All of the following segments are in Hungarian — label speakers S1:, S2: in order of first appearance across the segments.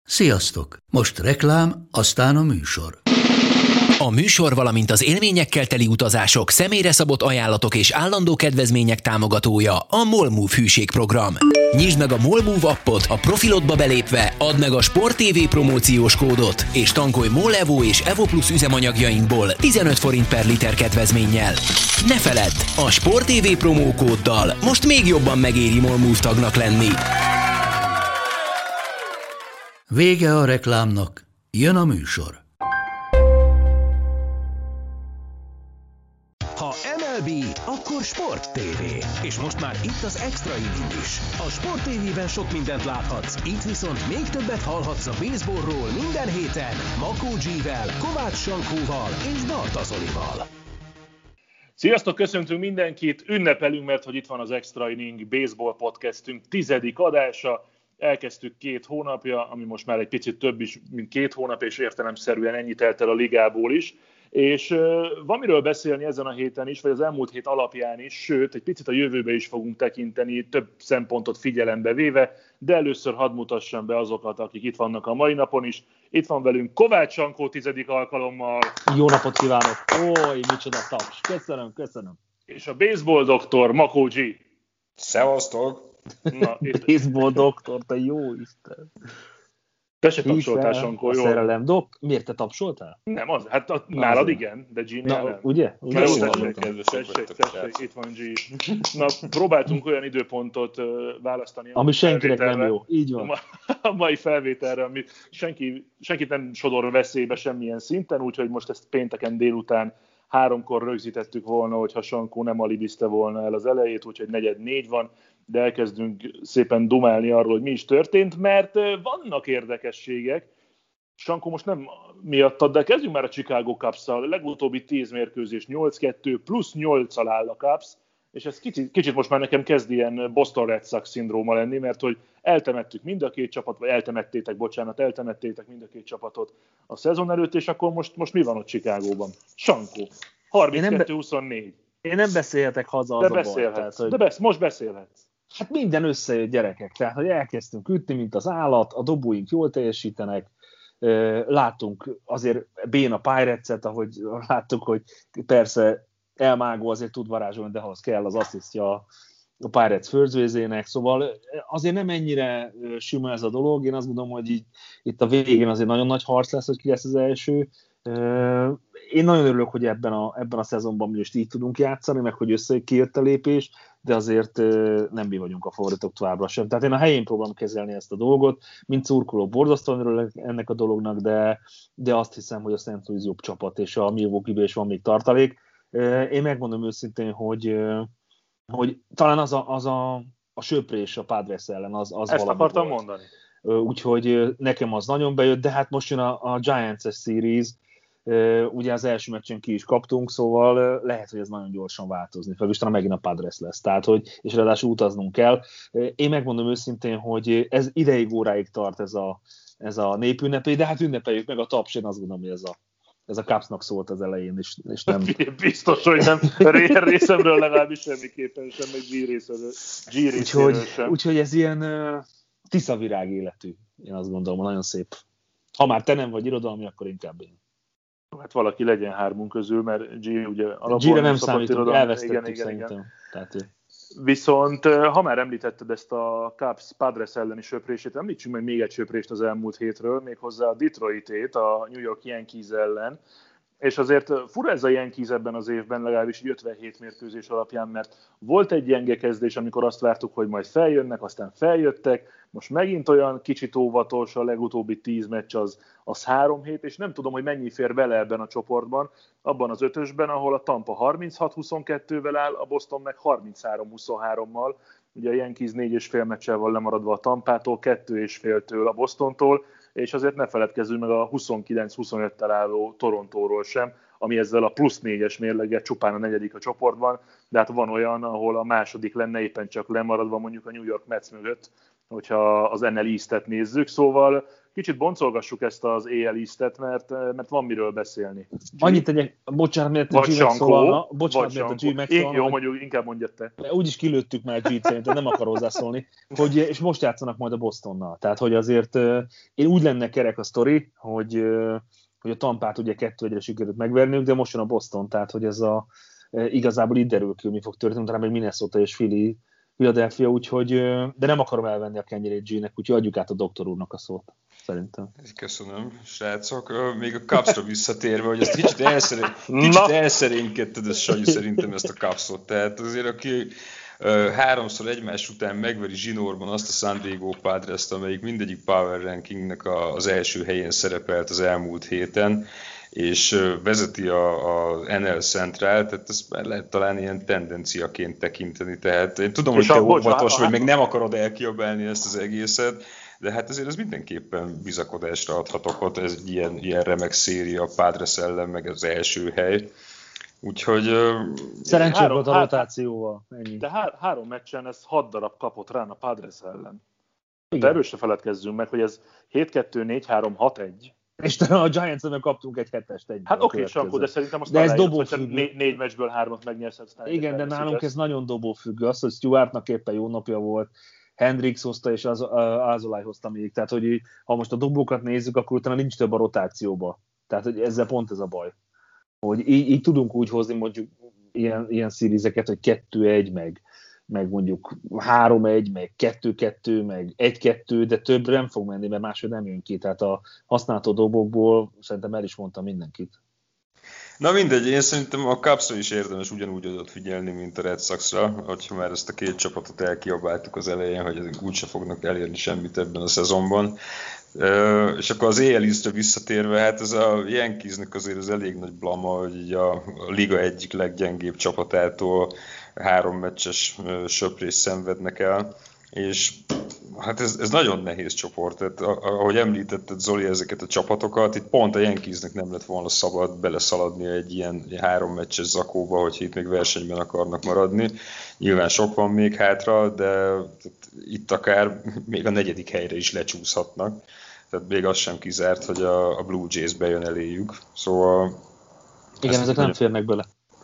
S1: Sziasztok! Most reklám, aztán a műsor.
S2: A műsor, valamint az élményekkel teli utazások, személyre szabott ajánlatok és állandó kedvezmények támogatója a MOL Move hűségprogram. Nyisd meg a MOL Move appot, a profilodba belépve add meg a Sport TV promóciós kódot, és tankolj MOL Evo és Evo Plus üzemanyagjainkból 15 forint per liter kedvezménnyel. Ne feledd, a Sport TV promókóddal most még jobban megéri MOL Move tagnak lenni.
S1: Vége a reklámnak, jön a műsor.
S3: Ha MLB, akkor Sport TV. És most már itt az Extra Inning is. A Sport TV-ben sok mindent láthatsz, itt viszont még többet hallhatsz a baseballról minden héten Makó G-vel, Kovács Sankóval és Barta Zolival.
S4: Sziasztok, köszöntünk mindenkit, ünnepelünk, mert hogy itt van az Extra Inning Baseball Podcastünk 10. adása. Elkezdtük 2 hónapja, ami most már egy picit több is, mint 2 hónap, és értelemszerűen ennyit telt el a ligából is. És van miről beszélni ezen a héten is, vagy az elmúlt hét alapján is, sőt, egy picit a jövőbe is fogunk tekinteni, több szempontot figyelembe véve, de először hadd mutassam be azokat, akik itt vannak a mai napon is. Itt van velünk Kovács Sankó 10. alkalommal.
S5: Jó napot kívánok! Ój, micsoda taps! Köszönöm!
S4: És a baseball doktor Makó G.
S6: Szevasztok!
S4: Na,
S5: baseball doktor, te jó Isten!
S4: Te se tapsoltál, Sankó, jó?
S5: Szerelem miért te tapsoltál?
S4: Nem, hát nálad igen, de G-nél nem.
S5: Ugye?
S4: Na, jó, tessék, itt van G. Na, próbáltunk olyan időpontot választani.
S5: Ami senkinek nem jó, így van.
S4: A mai felvételre, ami senkit nem sodor veszélybe semmilyen szinten, úgyhogy most ezt pénteken délután 3-kor rögzítettük volna, hogyha Sankó nem alibizte volna el az elejét, úgyhogy 4:45 van, de elkezdünk szépen dumálni arról, hogy mi is történt, mert vannak érdekességek. Sankó, most nem miattad, de kezdjünk már a Chicago Cubs-szal. A legutóbbi 10 mérkőzés 8-2, plusz 8-al áll a Cubs, és ez kicsit most már nekem kezd ilyen Boston Red Sox szindróma lenni, mert hogy eltemettük mind a két csapatot, vagy eltemettétek mind a két csapatot a szezon előtt, és akkor most mi van ott Chicagóban? Sankó, 32-24.
S5: Én nem beszélhetek haza
S4: de
S5: az
S4: beszélhetsz,
S5: a baj.
S4: most beszélhetsz.
S5: Hát minden összejött, gyerekek, tehát hogy elkezdtünk ütni, mint az állat, a dobóink jól teljesítenek, láttunk azért béna Pirates-et, ahogy láttuk, hogy persze elmágó azért tud varázsolni, de ahhoz kell az asszisztja a Pirates förzvézének, szóval azért nem ennyire sima ez a dolog, én azt gondolom, hogy itt a végén azért nagyon nagy harc lesz, hogy ki lesz az első. Én nagyon örülök, hogy ebben a szezonban mi most így tudunk játszani, meg hogy kijött a lépés, de azért nem mi vagyunk a favoritok továbbra sem. Tehát én a helyén próbálom kezelni ezt a dolgot, mint szurkoló borzasztóan örülök ennek a dolognak, de azt hiszem, hogy a St. Louis jobb csapat, és a Milwaukee-ben is van még tartalék. Én megmondom őszintén, hogy talán az a söprés a Padres ellen, az
S4: ezt
S5: valami
S4: akartam
S5: volt.
S4: mondani.
S5: Úgyhogy nekem az nagyon bejött, de hát most jön a Giants-es series, ugye az első meccsen ki is kaptunk, szóval lehet, hogy ez nagyon gyorsan változni fog, és talán megint a Padres lesz, tehát és ráadásul utaznunk kell. Én megmondom őszintén, hogy ez ideig, óráig tart ez a népünnepé, de hát ünnepeljük meg a taps, én azt gondolom, hogy ez a Cubsnak szólt az elején, és nem...
S4: Biztos, hogy nem. Részemről legalábbis semmiképpen sem, meg G részéről sem.
S5: Úgyhogy ez ilyen tiszavirág életű, én azt gondolom, nagyon szép. Ha már te nem vagy irodalmi, akkor inkább én.
S4: Hát valaki legyen 3 közül, mert G ugye alapból
S5: G-re nem
S4: szokott
S5: számítunk,
S4: irodalmi.
S5: elvesztettük szerintem. Tehát,
S4: viszont ha már említetted ezt a Cubs Padres elleni söprését, említsünk meg még egy söprést az elmúlt hétről, méghozzá a Detroitét a New York Yankees ellen. És azért fura ez a Yankees ebben az évben, legalábbis 57 mérkőzés alapján, mert volt egy gyenge kezdés, amikor azt vártuk, hogy majd feljönnek, aztán feljöttek, most megint olyan kicsit óvatos, a legutóbbi 10 meccs az 3 hét, és nem tudom, hogy mennyi fér bele ebben a csoportban, abban az 5-ösben, ahol a Tampa 36-22-vel áll, a Boston meg 33-23-mal, ugye a Yankees 4,5 meccsel van lemaradva a Tampától, 2,5-től a Bostontól, és azért ne feledkezzünk meg a 29-25-tel álló Torontóról sem, ami ezzel a plusz 4-es mérleggel csupán a 4. a csoportban, de hát van olyan, ahol a második lenne éppen csak lemaradva mondjuk a New York Mets mögött, hogyha az NL East-et nézzük, szóval kicsit boncolgassuk ezt az AL East-et, mert van miről beszélni.
S5: Annyit tegyek, bocsánat, miért a G megszólalna.
S4: Jó, mondjuk inkább mondjad te.
S5: Úgyis kilőttük már G-t, szerintem nem akar hozzászólni, és most játszanak majd a Bostonnal. Tehát, hogy azért én úgy lenne kerek a sztori, hogy a Tampát ugye 2-1-re sikerült megverniük, de most jön a Boston, tehát, hogy ez igazából itt derül ki, hogy mi fog történni, talán még Minnesota és Philadelphia, úgyhogy, de nem akarom elvenni a kenyerét G-nek, úgyhogy adjuk át a doktor úrnak a szót, szerintem.
S6: Köszönöm, srácok. Még a Cubsra visszatérve, hogy ezt kicsit elszerénykedted, ez Sanyi szerintem ezt a Cubsot. Tehát azért, aki háromszor egymás után megveri zsinórban azt a San Diego Padres-t, amelyik mindegyik power rankingnek az első helyén szerepelt az elmúlt héten, és vezeti a NL Central, tehát ezt már lehet talán ilyen tendenciaként tekinteni. Tehát én tudom, hogy te óvatos vagy, meg nem akarod elkiabálni ezt az egészet, de hát azért ez mindenképpen bizakodásra adhat okot, ez egy ilyen remek széria a Padres ellen, meg az első hely. Úgyhogy...
S5: Szerencsére volt a rotációval. Ennyi.
S4: De 3 meccsen ez 6 darab kapott rá a Padres ellen. De erről se feledkezzünk meg, hogy ez 7-2, 4-3, 6-1.
S5: És a Giants-en kaptunk egy 7-est.
S4: Hát oké, Sankó, de szerintem azt
S5: ez dobófüggő.
S4: 4 meccsből 3-at megnyersz.
S5: Igen, de nálunk ez nagyon dobófüggő. Az, hogy Stewartnak éppen jó napja volt, Hendricks hozta és Alzolay hozta még. Tehát, hogy ha most a dobókat nézzük, akkor utána nincs több a rotációba. Tehát, hogy ezzel pont ez a baj. Hogy így tudunk úgy hozni mondjuk ilyen szírizeket, hogy 2-1, meg mondjuk 3-1, meg 2-2, meg 1-2, de többre nem fog menni, mert máshogy nem jön ki. Tehát a használható dobokból szerintem el is mondtam mindenkit.
S6: Na mindegy, én szerintem a Cubsra is érdemes ugyanúgy adott figyelni, mint a Red Soxra, hogyha már ezt a két csapatot elkiabáltuk az elején, hogy ezek úgyse fognak elérni semmit ebben a szezonban. És akkor az AL East-re visszatérve, hát ez a Yankeesnek azért az elég nagy blama, hogy így a liga egyik leggyengébb csapatától 3 meccses söprést szenvednek el, és hát ez nagyon nehéz csoport, tehát ahogy említetted Zoli ezeket a csapatokat, itt pont a Yankeesnek nem lett volna szabad beleszaladni egy ilyen 3 meccses zakóba, hogy itt még versenyben akarnak maradni. Nyilván sok van még hátra, de itt akár még a 4. helyre is lecsúszhatnak. Tehát még az sem kizárt, hogy a Blue Jays bejön eléjük. Szóval...
S5: Igen, ezek nem férnek bele.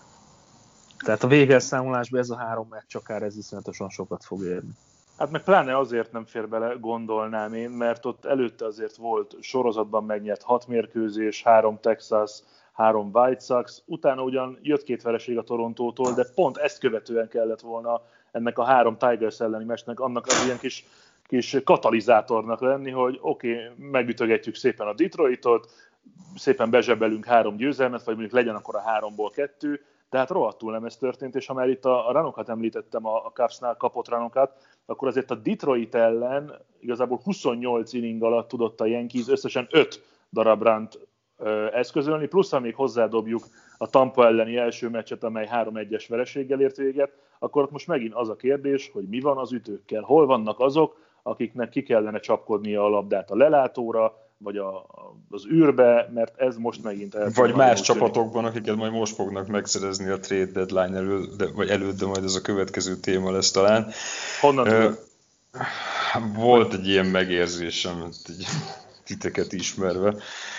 S5: Tehát a végelszámolásban ez a 3 meccs akár ez iszonyatosan sokat fog érni.
S4: Hát meg pláne azért nem fér bele, gondolnám én, mert ott előtte azért volt sorozatban megnyert 6 mérkőzés, 3 Texas, 3 White Sox, utána ugyan jött 2 vereség a Torontótól, de pont ezt követően kellett volna ennek a 3 Tigers elleni meccsnek annak az ilyen kis katalizátornak lenni, hogy oké, megütögetjük szépen a Detroitot, szépen bezsebelünk 3 győzelmet, vagy mondjuk legyen akkor a 3-ból 2, de hát rohadtul nem ez történt, és ha már itt a runokat említettem, a Cubsnál kapott runokat, akkor azért a Detroit ellen igazából 28 inning alatt tudott a Yankees összesen 5 darab runt eszközölni, plusz ha még hozzádobjuk a Tampa elleni első meccset, amely 3-1-es vereséggel ért véget, akkor ott most megint az a kérdés, hogy mi van az ütőkkel, hol vannak azok, akiknek ki kellene csapkodnia a labdát a lelátóra, vagy az űrbe, mert ez most megint
S6: vagy más csapatokban, akiket majd most fognak megszerezni a trade deadline előtt, de majd ez a következő téma lesz talán.
S4: Honnan tudod?
S6: Volt egy ilyen megérzésem, titeket ismerve.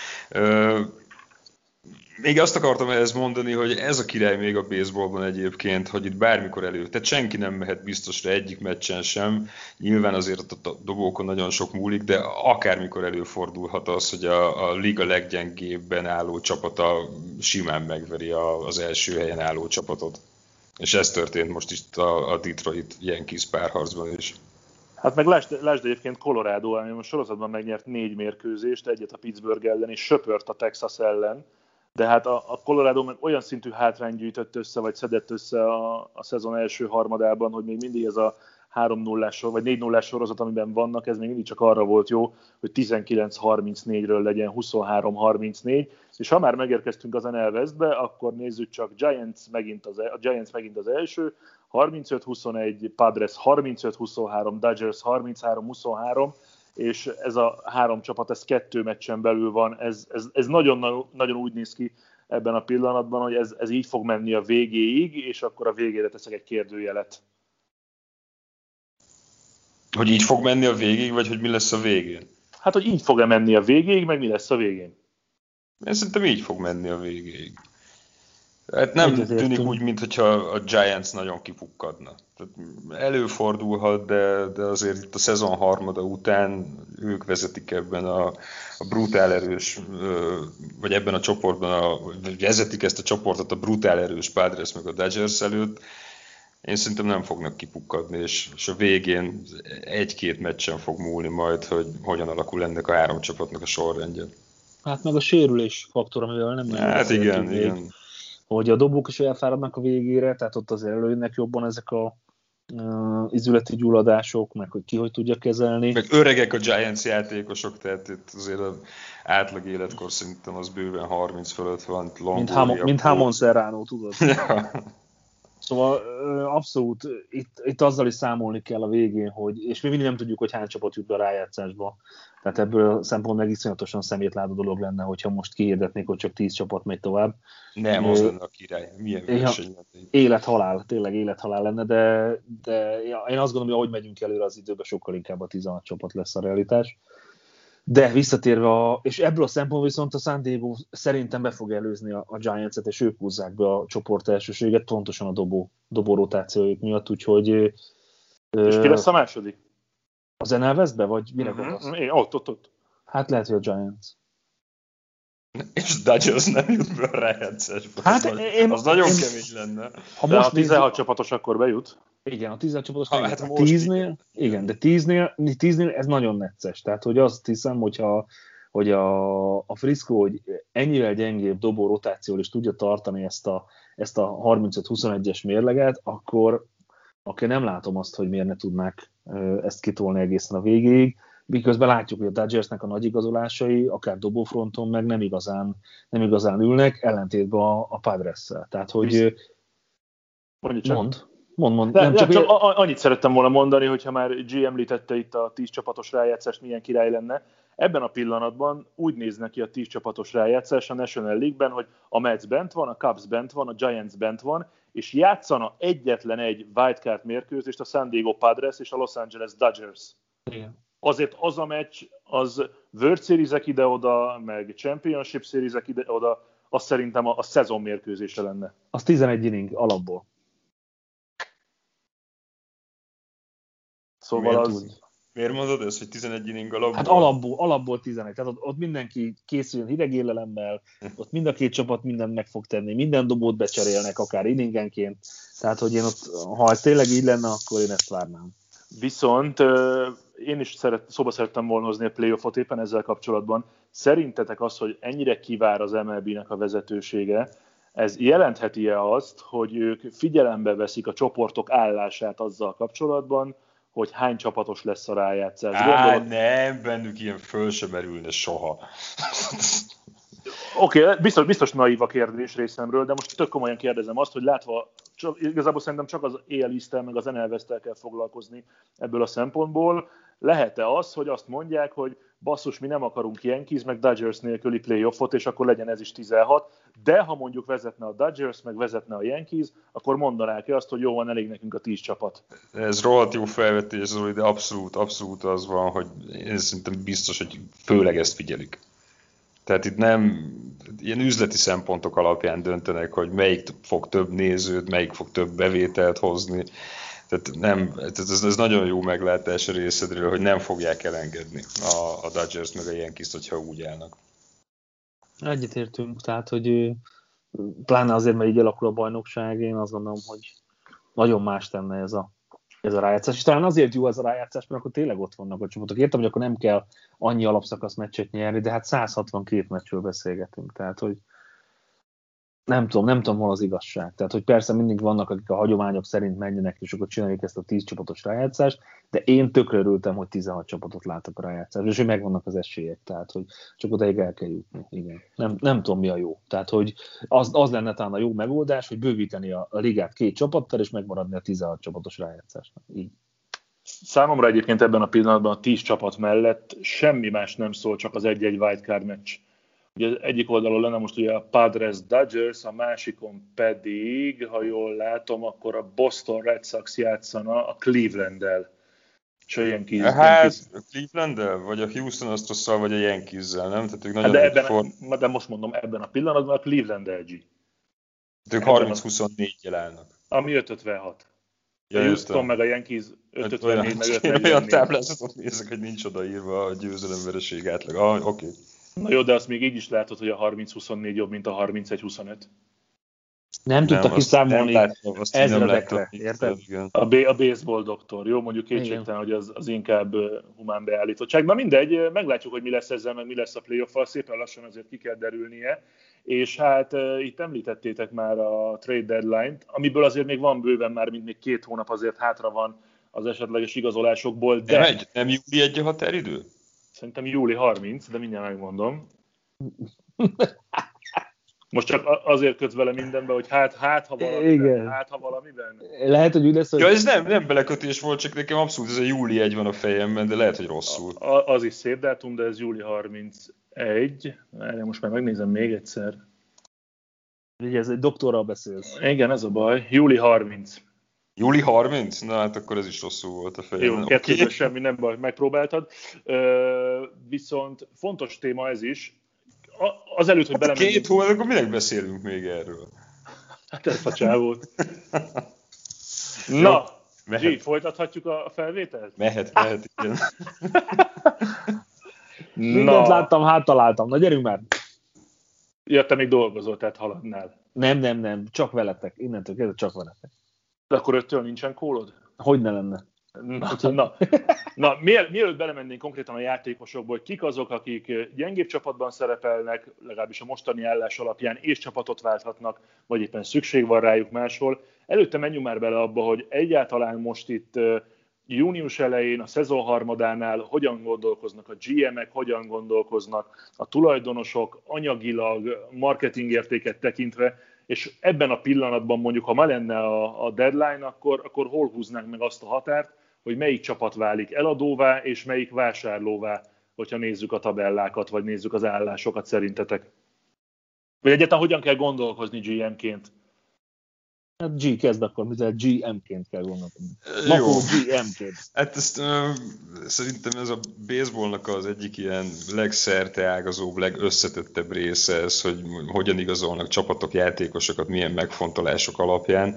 S6: Még azt akartam ehhez mondani, hogy ez a király még a baseballban egyébként, hogy itt bármikor tehát senki nem mehet biztosra egyik meccsen sem, nyilván azért a dobókon nagyon sok múlik, de akármikor előfordulhat az, hogy a liga leggyengébben álló csapata simán megveri az első helyen álló csapatot. És ez történt most itt a Detroit Yankees párharcban is.
S4: Hát meg lásd egyébként Colorado, ami most sorozatban megnyert 4 mérkőzést, egyet a Pittsburgh ellen, és söpört a Texas ellen. De hát a Colorado meg olyan szintű hátrány gyűjtött össze, vagy szedett össze a szezon első harmadában, hogy még mindig ez a 3-0-ás vagy 4-0-ás sorozat, amiben vannak, ez még mindig csak arra volt jó, hogy 19-34-ről legyen 23-34, és ha már megérkeztünk az NL Westbe, akkor nézzük csak Giants megint az első, 35-21, Padres 35-23, Dodgers 33-23, és ez a 3 csapat, ez 2 meccsen belül van, ez nagyon, nagyon úgy néz ki ebben a pillanatban, hogy ez így fog menni a végéig, és akkor a végére teszek egy kérdőjelet.
S6: Hogy így fog menni a végéig, vagy hogy mi lesz a végén?
S4: Hát, hogy így fog-e menni a végéig, meg mi lesz a végén?
S6: Én szerintem így fog menni a végéig. Hát nem tűnik úgy, mintha a Giants nagyon kipukkadna. Tehát előfordulhat, de azért itt a szezon harmada után ők vezetik ebben a brutál erős, vagy ebben a csoportban, vagy vezetik ezt a csoportot a brutál erős Padres meg a Dodgers előtt. Én szerintem nem fognak kipukkadni, és a végén egy-két meccsen fog múlni majd, hogy hogyan alakul ennek a három csapatnak a sorrendje.
S5: Hát meg a sérülés faktor, amivel nem nagyon
S6: hát igen.
S5: Hogy a dobók is elfáradnak a végére, tehát ott azért előjönnek jobban ezek a izületi gyulladások, meg hogy ki hogy tudja kezelni.
S6: Meg öregek a Giants játékosok, tehát itt azért az átlag életkor szerintem az bőven 30 fölött van.
S5: Mint Hamon Serrano, tudod? Ja. Szóval abszolút itt azzal is számolni kell a végén, hogy, és mi mindig nem tudjuk, hogy hány csapat jut be a rájátszásba. Tehát ebből a szempontból iszonyatosan szemétlátó dolog lenne, hogyha most kihirdetnék, hogy csak 10 csapat megy tovább.
S6: Nem, az lenne a király. Milyen verseny.
S5: Élethalál, tényleg élethalál lenne, de én azt gondolom, hogy ahogy megyünk előre az időben, sokkal inkább a 16 csapat lesz a realitás. De visszatérve, és ebből a szempontból viszont a San Diego szerintem be fog előzni a Giants-et, és ők húzzák be a csoport elsőséget, pontosan a dobó rotációjuk miatt, úgyhogy...
S4: És ki lesz a második?
S5: Az NL Westbe, vagy mire gondolsz?
S4: Ott.
S5: Hát lehet, hogy a Giants.
S6: És Dodgers nem jut be a rájátszásba. Hát az nagyon kemény lenne.
S4: Ha most 16 csapatos, akkor bejut.
S5: Igen, a 16 csapatos hát a 10-nél, igen, de 10-nél ez nagyon necces. Tehát, hogy azt hiszem, hogy a Frisco, hogy ennyivel gyengébb dobó rotációval is tudja tartani ezt a 35-21-es mérleget, akkor nem látom azt, hogy miért ne tudnák ezt kitolni egészen a végéig. Miközben látjuk, hogy a Dodgersnek a nagy igazolásai, akár dobófronton meg nem igazán ülnek, ellentétben a Padresszel. Tehát, hogy... Mond.
S4: Csak annyit szerettem volna mondani, hogyha már G említette itt a 10 csapatos rájátszást, milyen király lenne. Ebben a pillanatban úgy néz neki a 10 csapatos rájátszás a National League-ben, hogy a Mets bent van, a Cubs bent van, a Giants bent van, és játszana egyetlen egy wildcard mérkőzést a San Diego Padres és a Los Angeles Dodgers.
S5: Igen.
S4: Azért az a meccs, az World Series-ek ide-oda, meg Championship Series-ek ide-oda, az szerintem a szezon mérkőzése lenne.
S5: Az 11 inning alapból.
S4: Szóval
S6: Miért mondod ezt, hogy 11 inning alapból?
S5: Hát alapból 11. Tehát ott mindenki készüljön hidegélelemmel, ott mind a két csapat mindent meg fog tenni, minden dobót becserélnek, akár inningenként. Tehát, hogy én ott, ha ez tényleg így lenne, akkor én ezt várnám.
S4: Viszont én is szóba szerettem volna hozni a playoffot éppen ezzel kapcsolatban. Szerintetek az, hogy ennyire kivár az MLB-nek a vezetősége, ez jelentheti-e azt, hogy ők figyelembe veszik a csoportok állását azzal kapcsolatban, hogy hány csapatos lesz a rájátszás?
S6: Nem, bennük ilyen föl sem merülne soha.
S4: Oké, biztos naív a kérdés részemről, de most tök komolyan kérdezem azt, hogy látva, igazából szerintem csak az AL East-tel meg az NL West-tel kell foglalkozni ebből a szempontból. Lehet-e az, hogy azt mondják, hogy basszus, mi nem akarunk Yankees meg Dodgers nélküli playoffot, és akkor legyen ez is 16, de ha mondjuk vezetne a Dodgers, meg vezetne a Yankees, akkor mondanák-e azt, hogy jó, van, elég nekünk a 10 csapat?
S6: Ez rohadt jó felvetés, Zoli, de abszolút az van, hogy én szerintem biztos, hogy főleg ezt figyelik. Tehát itt nem ilyen üzleti szempontok alapján döntenek, hogy melyik fog több nézőt, melyik fog több bevételt hozni. Tehát ez nagyon jó meglátás a részedről, hogy nem fogják elengedni a Dodgers meg a Yankees-t, hogyha úgy állnak.
S5: Egyetértünk, tehát hogy pláne azért, mert így alakul a bajnokság, én azt gondolom, hogy nagyon más tenne ez a rájátszás. És talán azért jó ez a rájátszás, mert akkor tényleg ott vannak a csapatok. Értem, hogy akkor nem kell annyi alapszakasz meccset nyerni, de hát 162 meccsről beszélgetünk. Tehát, hogy nem tudom, hol az igazság. Tehát, hogy persze mindig vannak, akik a hagyományok szerint menjenek, és akkor csináljuk ezt a 10 csapatos rájátszást, de én tökre örültem, hogy 16 csapatot látok a rájátszásban, és hogy megvannak az esélyek, tehát, hogy csak odaig el kell jutni. Igen. Nem tudom, mi a jó. Tehát, hogy az lenne talán a jó megoldás, hogy bővíteni a ligát 2 csapattal, és megmaradni a 16 csapatos rájátszásnak. Így.
S4: Számomra egyébként ebben a pillanatban a 10 csapat mellett semmi más nem szól, csak az egy-egy wildcard meccs. Ugye egyik oldalon lenne most ugye a Padres Dodgers, a másikon pedig, ha jól látom, akkor a Boston Red Sox játszana a Cleveland-del. És a Yankees.
S6: Hát a Cleveland-del, vagy a Houston Astros-szal, vagy a Yankees-zel, nem? Tehát ők nagyon
S4: de most mondom, ebben a pillanatban a Cleveland LG.
S6: Ők 30-24-jel állnak.
S4: Ami 5-56.
S6: Ja,
S4: a Houston meg a Yankees 5-54 meg 5-44.
S6: Olyan táblázatot nézek, hogy nincs odaírva a győzelemvereség átlag. Oké.
S4: Na jó, de azt még így is látod, hogy a 30-24 jobb, mint a 31-25.
S5: Nem tudtak kiszámolni ezredekre,
S6: érted?
S4: A baseball doktor, jó, mondjuk kétségtelen, hogy az inkább humán beállítottság. Na mindegy, meglátjuk, hogy mi lesz ezzel, meg mi lesz a playoff-val, szépen lassan azért ki kell derülnie. És hát itt említettétek már a trade deadline-t, amiből azért még van bőven már, mint még 2 hónap azért hátra van az esetleges igazolásokból. De...
S6: Nem júli 1 a határidő?
S4: Szerintem júli 30, de mindjárt megmondom. Most csak azért kötsz vele mindenbe, hogy hát ha valamiben.
S5: Lehet, hogy úgy lesz, hogy...
S6: Ja, ez nem belekötés volt, csak nekem abszolút ez a júli 1 van a fejemben, de lehet, hogy rosszul.
S4: Az is szép dátum, de ez júli 31. Most már megnézem még egyszer.
S5: Ugye ez egy doktorral beszélsz.
S4: Igen, ez a baj. Júli 30.
S6: Júli 30? Na hát akkor ez is rosszul volt a fejemben.
S4: Jó, kettőből semmi, nem baj, megpróbáltad. Viszont fontos téma ez is. Azelőtt, hogy belemegyünk...
S6: 2 hónap, akkor minek beszélünk még erről?
S4: Hát ez a csávót. Na, G, folytathatjuk a felvételt?
S6: Mehet, igen.
S5: Mindent láttam, háttaláltam. Na gyerünk már!
S4: Ja, te még dolgozol, tehát haladnál.
S5: Nem, csak veletek. Innentől kezdve csak veletek.
S4: De akkor 5-től nincsen kólod?
S5: Hogy ne lenne?
S4: Na, mielőtt belemennénk konkrétan a játékosokból, hogy kik azok, akik gyengébb csapatban szerepelnek, legalábbis a mostani állás alapján, és csapatot válthatnak, vagy éppen szükség van rájuk máshol. Előtte menjünk már bele abba, hogy egyáltalán most itt június elején, a szezon harmadánál hogyan gondolkoznak a GM-ek, hogyan gondolkoznak a tulajdonosok anyagilag, marketingértéket tekintve, és ebben a pillanatban mondjuk, ha ma lenne a deadline, akkor hol húznánk meg azt a határt, hogy melyik csapat válik eladóvá, és melyik vásárlóvá, hogyha nézzük a tabellákat, vagy nézzük az állásokat szerintetek? Vagy egyáltalán hogyan kell gondolkozni GM-ként?
S5: Hát G kezd akkor, mivel GM-ként kell gondolkodni. Makó GM-ként.
S6: Hát ezt szerintem ez a baseballnak az egyik ilyen legszerteágazóbb, legösszetettebb része ez, hogy hogyan igazolnak csapatok, játékosokat, milyen megfontolások alapján.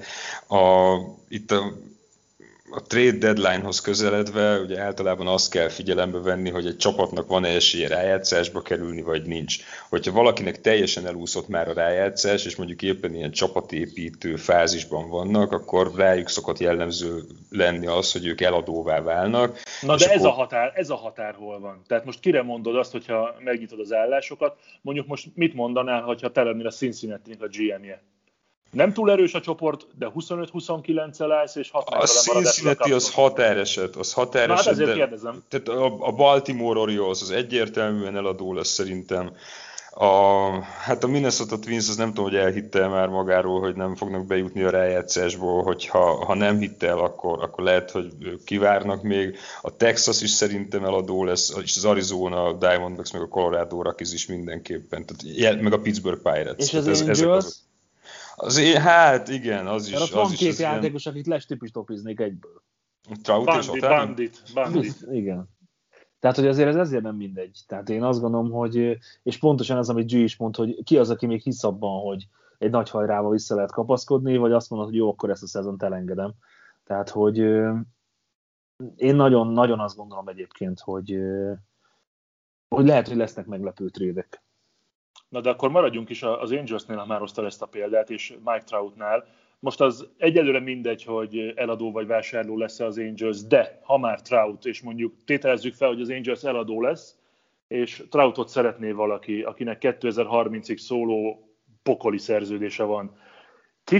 S6: Itt a trade deadlinehoz közeledve ugye általában azt kell figyelembe venni, hogy egy csapatnak van-e esélye rájátszásba kerülni, vagy nincs. Hogyha valakinek teljesen elúszott már a rájátszás, és mondjuk éppen ilyen csapatépítő fázisban vannak, akkor rájuk szokott jellemző lenni az, hogy ők eladóvá válnak.
S4: Na de ez a határ hol van? Tehát most kire mondod azt, hogyha megnyitod az állásokat, mondjuk most mit mondanál, hogyha te lennél a Cincinnati-nek a GM-je? Nem túl erős a csoport, de 25-29-el állsz, és 6
S6: A Cincinnati az határeset.
S4: Na hát ezért kérdezem.
S6: Tehát a Baltimore Orioles az egyértelműen eladó lesz szerintem. Hát a Minnesota Twins az nem tudom, hogy elhitte már magáról, hogy nem fognak bejutni a rájátszásból, hogyha nem hitte el, akkor lehet, hogy kivárnak még. A Texas is szerintem eladó lesz, és az Arizona, a Diamondbacks, meg a Colorado Rockies is mindenképpen. Tehát, meg a Pittsburgh Pirates.
S5: És az Angels?
S6: Hát igen, az is.
S5: Mert ott van 2 játékos, akit lestipistopiznék egyből.
S6: Trout és Ohtani?
S4: Bandit.
S5: Igen. Tehát, hogy azért ez ezért nem mindegy. Tehát én azt gondolom, hogy, és pontosan ez, amit G is mond, hogy ki az, aki még hisz abban, hogy egy nagy hajrába vissza lehet kapaszkodni, vagy azt mondod, hogy jó, akkor ezt a szezont elengedem. Tehát, hogy én nagyon-nagyon azt gondolom egyébként, hogy lehet, hogy lesznek meglepő trédek.
S4: Na de akkor maradjunk is az Angelsnél, ha már hoztál ezt a példát, és Mike Troutnál. Most az egyelőre mindegy, hogy eladó vagy vásárló lesz az Angels, de ha már Trout, és mondjuk tételezzük fel, hogy az Angels eladó lesz, és Troutot szeretné valaki, akinek 2030-ig szóló pokoli szerződése van. Ki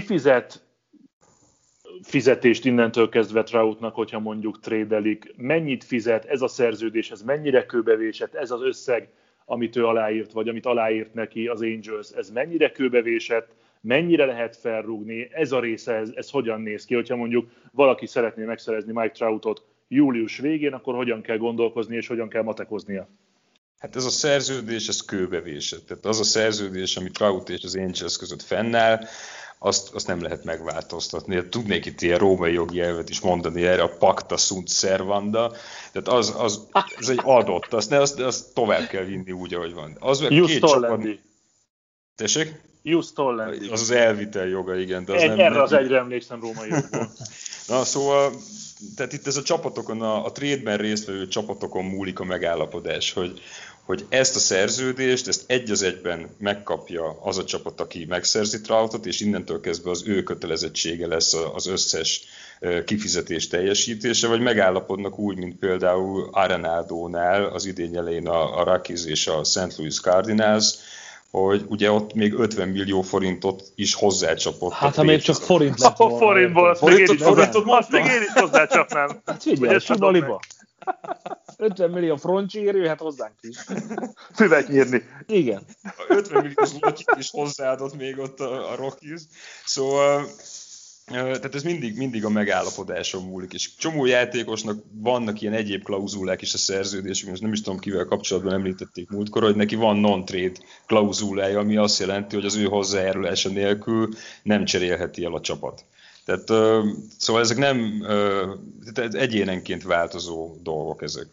S4: fizetést innentől kezdve Troutnak, hogyha mondjuk trédelik? Mennyit fizet ez a szerződés, ez mennyire kőbevésett, ez az összeg, amit ő aláírt, vagy amit aláírt neki az Angels, ez mennyire kőbevésett, mennyire lehet felrúgni, ez a része, ez hogyan néz ki, hogyha mondjuk valaki szeretné megszerezni Mike Troutot július végén, akkor hogyan kell gondolkozni, és hogyan kell matekoznia?
S6: Hát ez a szerződés, ez kőbevésett. Tehát az a szerződés, ami Trout és az Angels között fennáll, azt nem lehet megváltoztatni. Tudnék itt ilyen római jogi elvet is mondani erre, a pacta sunt servanda, tehát az egy adott, azt tovább kell vinni úgy, ahogy van. Az
S4: Jus tollendi.
S6: Tessék?
S4: Jus tollendi.
S6: Az elvitel joga, igen. De az
S4: erre az egyre emlékszem római jogból.
S6: Na, szóval, tehát itt ez a csapatokon, a trade-ben résztvevő csapatokon múlik a megállapodás, hogy ezt a szerződést, ezt egy az egyben megkapja az a csapat, aki megszerzi Troutot, és innentől kezdve az ő kötelezettsége lesz az összes kifizetés teljesítése, vagy megállapodnak úgy, mint például Arenado-nál az idény elején a Rockies és a St. Louis Cardinals, hogy ugye ott még 50 millió forintot is hozzácsapott.
S5: Hát ha még csak forint lett volna.
S4: Forintból, azt még én is hozzácsapnám.
S5: Hát figyelj, sima liba. 50 millió frontcsír, jöhet hozzánk is.
S4: Füvet nyírni.
S5: Igen.
S6: 50 millió zlotyit is hozzáadott még ott a Rockies. Szóval tehát ez mindig a megállapodáson múlik, és csomó játékosnak vannak ilyen egyéb klauzulák is a szerződésben, most nem is tudom kivel kapcsolatban említették múltkor, hogy neki van non-trade klauzulája, ami azt jelenti, hogy az ő hozzájárulása nélkül nem cserélheti el a csapat. Tehát szóval ezek nem egyénenként változó dolgok ezek.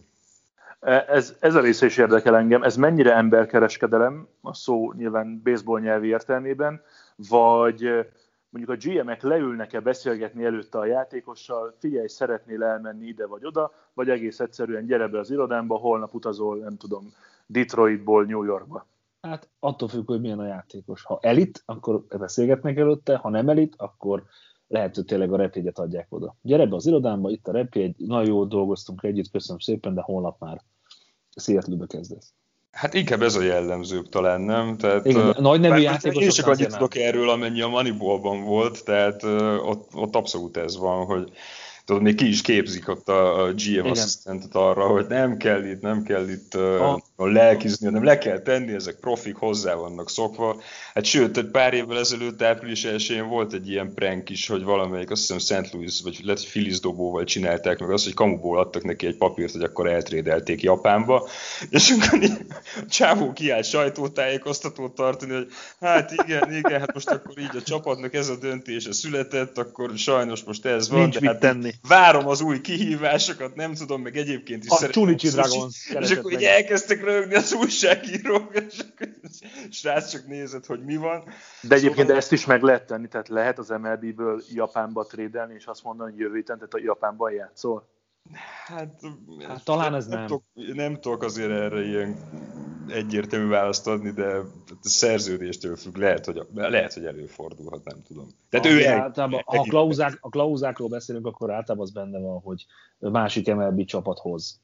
S4: Ez a része is érdekel engem. Ez mennyire emberkereskedelem, a szó nyilván baseball nyelvi értelmében, vagy mondjuk a GM-ek leülnek-e beszélgetni előtte a játékossal, figyelj, szeretnél elmenni ide vagy oda, vagy egész egyszerűen gyere be az irodámba, holnap utazol, nem tudom, Detroitból New Yorkba.
S5: Hát attól függ, hogy milyen a játékos. Ha elit, akkor beszélgetnek előtte, ha nem elit, akkor lehet, hogy tényleg a repjegyet adják oda. Gyere be az irodámba, itt a repjegy, nagyon jól dolgoztunk együtt, köszönöm szépen, de holnap már Seattle-be kezdesz.
S6: Hát inkább ez a jellemzőbb talán, nem? Tehát,
S5: igen, nagy nevű játékosok.
S6: Én csak annyit tudok erről, amennyi a Moneyballban volt, tehát ott abszolút ez van, hogy tudod, még ki is képzik ott a GM asszisztentet arra, hogy nem kell itt lelkizni, hanem le kell tenni, ezek profik, hozzá vannak szokva. Hát sőt, egy pár évvel ezelőtt április 1-én volt egy ilyen prank is, hogy valamelyik, azt hiszem St. Louis, vagy lehet, hogy Phillies dobóval csinálták meg azt, hogy kamuból adtak neki egy papírt, hogy akkor eltrédelték Japánba, és akkor a csávó kiállt sajtótájékoztatót tartani, hogy hát igen, hát most akkor így a csapatnak ez a döntése született, akkor sajnos most ez van.
S5: Nincs mit
S6: hát
S5: tenni.
S6: Várom az új kihívásokat, nem tudom, meg egyébként is
S5: szeretem. A Chunichi Dragons.
S6: És akkor így elkezdtek röhögni az újságírók, és akkor srác csak nézett, hogy mi van.
S4: De egyébként szóval ezt is meg lehet tenni, tehát lehet az MLB-ből Japánba trédelni, és azt mondani, hogy jövő héten, tehát a Japánban játszol?
S5: Hát talán ez
S6: nem tudok azért erre ilyen egyértelmű választ adni, de a szerződéstől függ, lehet, hogy előfordulhat, nem tudom. Tehát
S5: ha a klauzákról beszélünk, akkor általában az benne van, hogy másik MLB csapat hoz.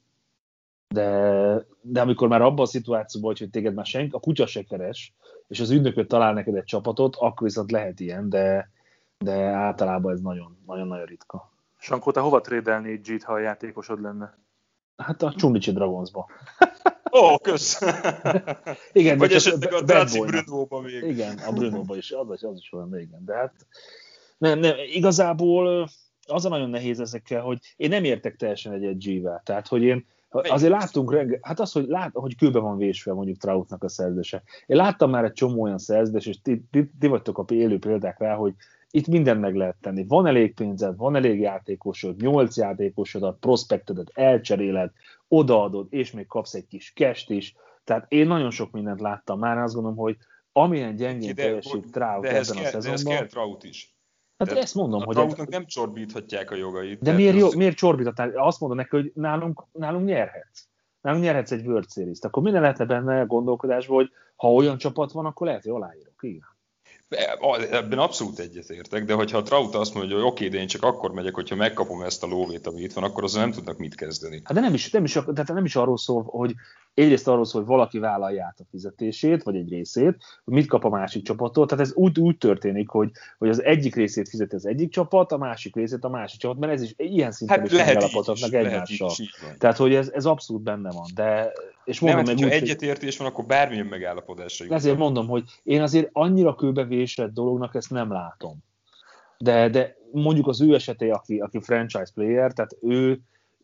S5: De amikor már abban a szituációban vagy, hogy téged már a kutya se keres, és az ügynököt talál neked egy csapatot, akkor viszont lehet ilyen, de általában ez nagyon-nagyon ritka.
S4: Sankó, te hova trédelnéd G-t, ha a játékosod lenne?
S5: Hát a Chunichi Dragonsba.
S6: Ó, kösz!
S5: Igen,
S6: vagy esetleg a Draci Brunóba még.
S5: Igen, a Brunóba is, az is olyan, igen. De hát nem, igazából az a nagyon nehéz ezekkel, hogy én nem értek teljesen egy G-vel. Tehát, hogy én azért láttunk hát az, hogy kőbe van vésve mondjuk Troutnak a szerződése. Én láttam már egy csomó olyan szerződés, és ti vagytok a élő példák rá, hogy itt mindent meg lehet tenni. Van elég pénzed, van elég játékosod, 8 játékosodat, prospektedet elcseréled, odaadod, és még kapsz egy kis cash-t is. Tehát én nagyon sok mindent láttam már, azt gondolom, hogy amilyen gyengén teljesít Trout ebben a szezonban.
S6: De ez kell Trout is.
S5: Hát ezt mondom,
S6: a
S5: hogy...
S6: Troutnak nem csorbíthatják a jogait.
S5: De miért csorbíthatják? Azt mondom neki, hogy nálunk nyerhetsz. Nálunk nyerhetsz egy World Series-t. Akkor minden lehetne benne a gondolkodásból, hogy ha olyan csapat van, akkor lehet, hogy aláírok. Igen.
S6: Ebben abszolút egyetértek, de hogyha a Trout azt mondja, hogy oké, de én csak akkor megyek, hogyha megkapom ezt a lóvét, ami itt van, akkor azzal nem tudnak mit kezdeni.
S5: Hát de nem is arról szól, hogy egyrészt arról szól, hogy valaki vállalja át a fizetését, vagy egy részét, hogy mit kap a másik csapattól. Tehát ez úgy történik, hogy az egyik részét fizeti az egyik csapat, a másik részét a másik csapat, mert ez is ilyen szinten is megállapodhatnak egymással. Tehát, hogy ez abszolút benne van. De és mondom,
S6: nem, ha egyetértés van, akkor bármilyen megállapodásra jutunk.
S5: Ezért mondom, hogy én azért annyira kőbevésett dolognak ezt nem látom. De mondjuk az ő eseté, aki franchise player, tehát ő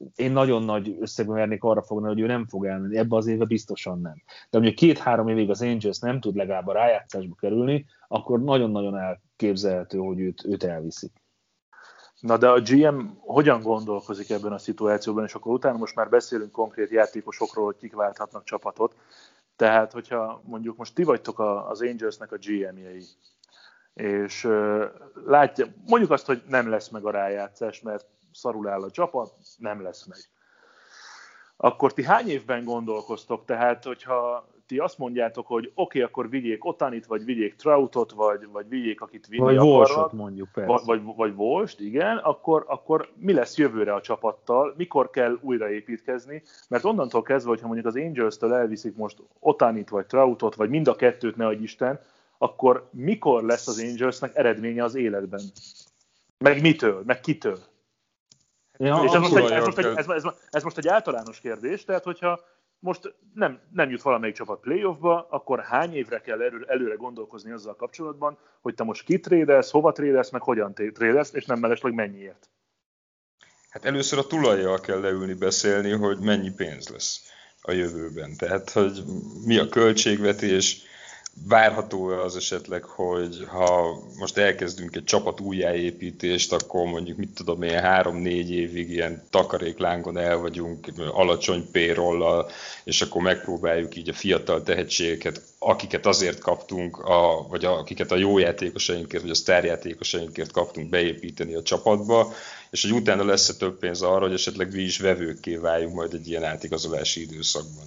S5: én nagyon nagy összegben mernék arra fogni, hogy ő nem fog elmenni, ebbe az évben biztosan nem. De mondjuk 2-3 évig az Angels nem tud legalább a rájátszásba kerülni, akkor nagyon-nagyon elképzelhető, hogy őt elviszik.
S4: Na de a GM hogyan gondolkozik ebben a szituációban, és akkor utána most már beszélünk konkrét játékosokról, hogy kik válthatnak csapatot. Tehát, hogyha mondjuk most ti vagytok az Angelsnek a GM-jei, és látja, mondjuk azt, hogy nem lesz meg a rájátszás, mert szarul áll a csapat, nem lesz meg. Akkor ti hány évben gondolkoztok? Tehát, hogyha ti azt mondjátok, hogy oké, akkor vigyék Otanit, vagy vigyék Troutot, vagy vigyék, akit vinni
S5: vagy
S4: akarnak.
S5: Walsh-ot mondjuk, persze.
S4: Vagy Walsh-t, igen, akkor mi lesz jövőre a csapattal? Mikor kell újraépítkezni? Mert onnantól kezdve, hogyha mondjuk az Angels-től elviszik most Otanit, vagy Troutot, vagy mind a kettőt, ne adj Isten, akkor mikor lesz az Angelsnek eredménye az életben? Meg mitől? Meg kitől?
S5: Ja,
S4: és ez most egy általános kérdés, tehát hogyha most nem jut valamelyik csapat playoffba, akkor hány évre kell előre gondolkozni azzal kapcsolatban, hogy te most kitrédelsz, hova trédelsz, meg hogyan trédelsz, és nem mellesleg mennyiért?
S6: Hát először a tulajjal kell leülni beszélni, hogy mennyi pénz lesz a jövőben. Tehát, hogy mi a költségvetés, várható az esetleg, hogy ha most elkezdünk egy csapat újjáépítést, akkor mondjuk, mit tudom én, 3-4 évig ilyen takaréklángon el vagyunk, alacsony payroll-lal, és akkor megpróbáljuk így a fiatal tehetségeket, akiket azért kaptunk, vagy akiket a jó játékosainkért, vagy a sztárjátékosainkért kaptunk beépíteni a csapatba, és hogy utána lesz több pénz arra, hogy esetleg mi is vevőkké váljunk majd egy ilyen átigazolási időszakban.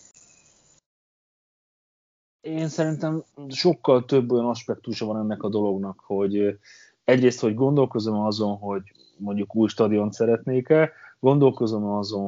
S5: Én szerintem sokkal több olyan aspektusa van ennek a dolognak, hogy egyrészt, hogy gondolkozom azon, hogy mondjuk új stadiont szeretnék-e, gondolkozom azon,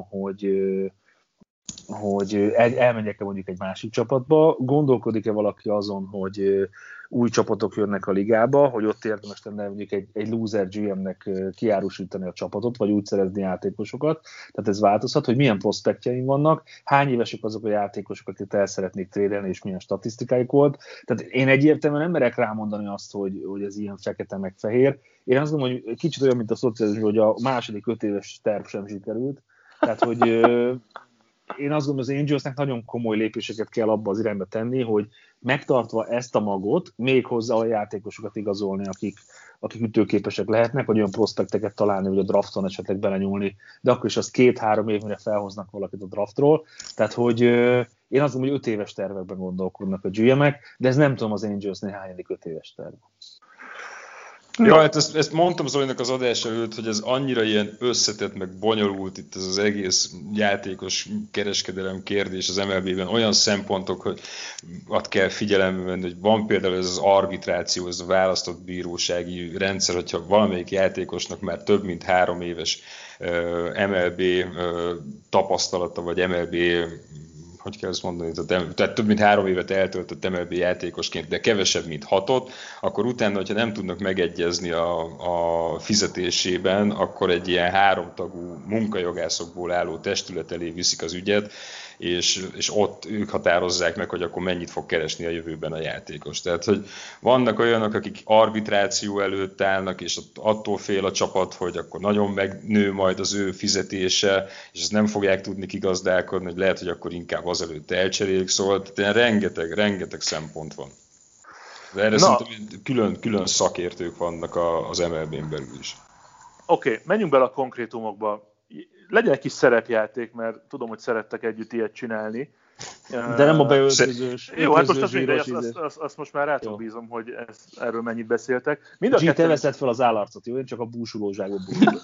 S5: hogy elmenjek-e mondjuk egy másik csapatba, gondolkodik-e valaki azon, hogy új csapatok jönnek a ligába, hogy ott érdemes lenne mondjuk egy loser GM-nek kiárusítani a csapatot, vagy úgy szerezni játékosokat. Tehát ez változhat, hogy milyen prospektjeim vannak, hány évesek azok a játékosok, akiket el szeretnék trédelni, és milyen statisztikájuk volt. Tehát én egyértelműen nem merek rámondani azt, hogy ez ilyen fekete meg fehér. Én azt gondolom, hogy kicsit olyan, mint a szocializmus, hogy a második 5 éves terv sem sikerült. Tehát, hogy én azt gondolom, az Angelsnek nagyon komoly lépéseket kell abba az irányba tenni, hogy megtartva ezt a magot, még hozzá a játékosokat igazolni, akik ütőképesek lehetnek, vagy olyan prospekteket találni, hogy a drafton esetleg belenyúlni, de akkor is azt 2-3 évre felhoznak valakit a draftról. Tehát, hogy én azt gondolom, hogy 5 éves tervekben gondolkodnak a GM-ek, de ez nem tudom az Angelsnél hányadik 5 éves terv.
S6: Ja, hát ezt mondtam Zolinak az adás előtt, hogy ez annyira ilyen összetett, meg bonyolult itt ez az egész játékos kereskedelem kérdés az MLB-ben, olyan szempontokat kell figyelembe venni, hogy van például ez az arbitráció, ez a választott bírósági rendszer, hogyha valamelyik játékosnak már több mint 3 éves MLB tapasztalata, vagy MLB, hogy kell ezt mondani, tehát több mint 3 évet eltöltött MLB játékosként, de kevesebb, mint 6-ot, akkor utána, hogyha nem tudnak megegyezni a fizetésében, akkor egy ilyen 3 tagú munkajogászokból álló testület elé viszik az ügyet, és ott ők határozzák meg, hogy akkor mennyit fog keresni a jövőben a játékos. Tehát, hogy vannak olyanok, akik arbitráció előtt állnak, és attól fél a csapat, hogy akkor nagyon megnő majd az ő fizetése, és ezt nem fogják tudni kigazdálkodni, hogy lehet, hogy akkor inkább azelőtt elcserélik, szóval tehát rengeteg szempont van. De erre szerintem külön szakértők vannak az MLB-n belül is.
S4: Oké, menjünk bele a konkrétumokba. Legyen egy kis szerepjáték, mert tudom, hogy szerettek együtt ilyet csinálni.
S5: De nem a beöltözős.
S4: Jó, hát most azt most már rátok bízom, hogy erről mennyit beszéltek.
S5: Te veszed fel az állarcot, jó? Én csak a búsulózságot búsulok.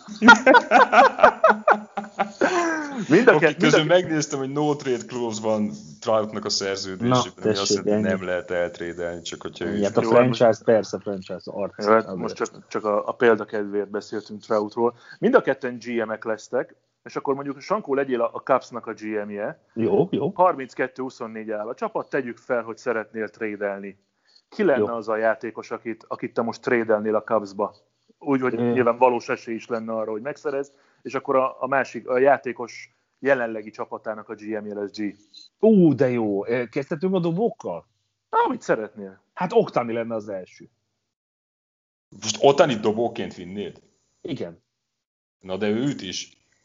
S6: Közben megnéztem, hogy no trade clause van Troutnak a szerződésében, ami azt jelenti, hogy nem lehet eltrédelni, csak hogyha ő is.
S5: Hát a franchise arc.
S4: Hát most csak a példakedvéért beszéltünk Troutról. Mind a ketten GM-ek lesztek, és akkor mondjuk Sankó legyél a Cubsnak a GM-je.
S5: Jó.
S4: 32-24 áll a csapat, tegyük fel, hogy szeretnél trédelni. Ki lenne az a játékos, akit te most trédelnél a Cubsba? Úgy, hogy nyilván valós esély is lenne arra, hogy megszerez, és akkor a játékos jelenlegi csapatának a GM-je lesz G.
S5: De jó. Kezdhetünk a dobókkal?
S4: Amit szeretnél.
S5: Hát Ohtani lenne az első.
S6: Most Ohtani dobóként vinnéd?
S5: Igen.
S6: Na de őt is.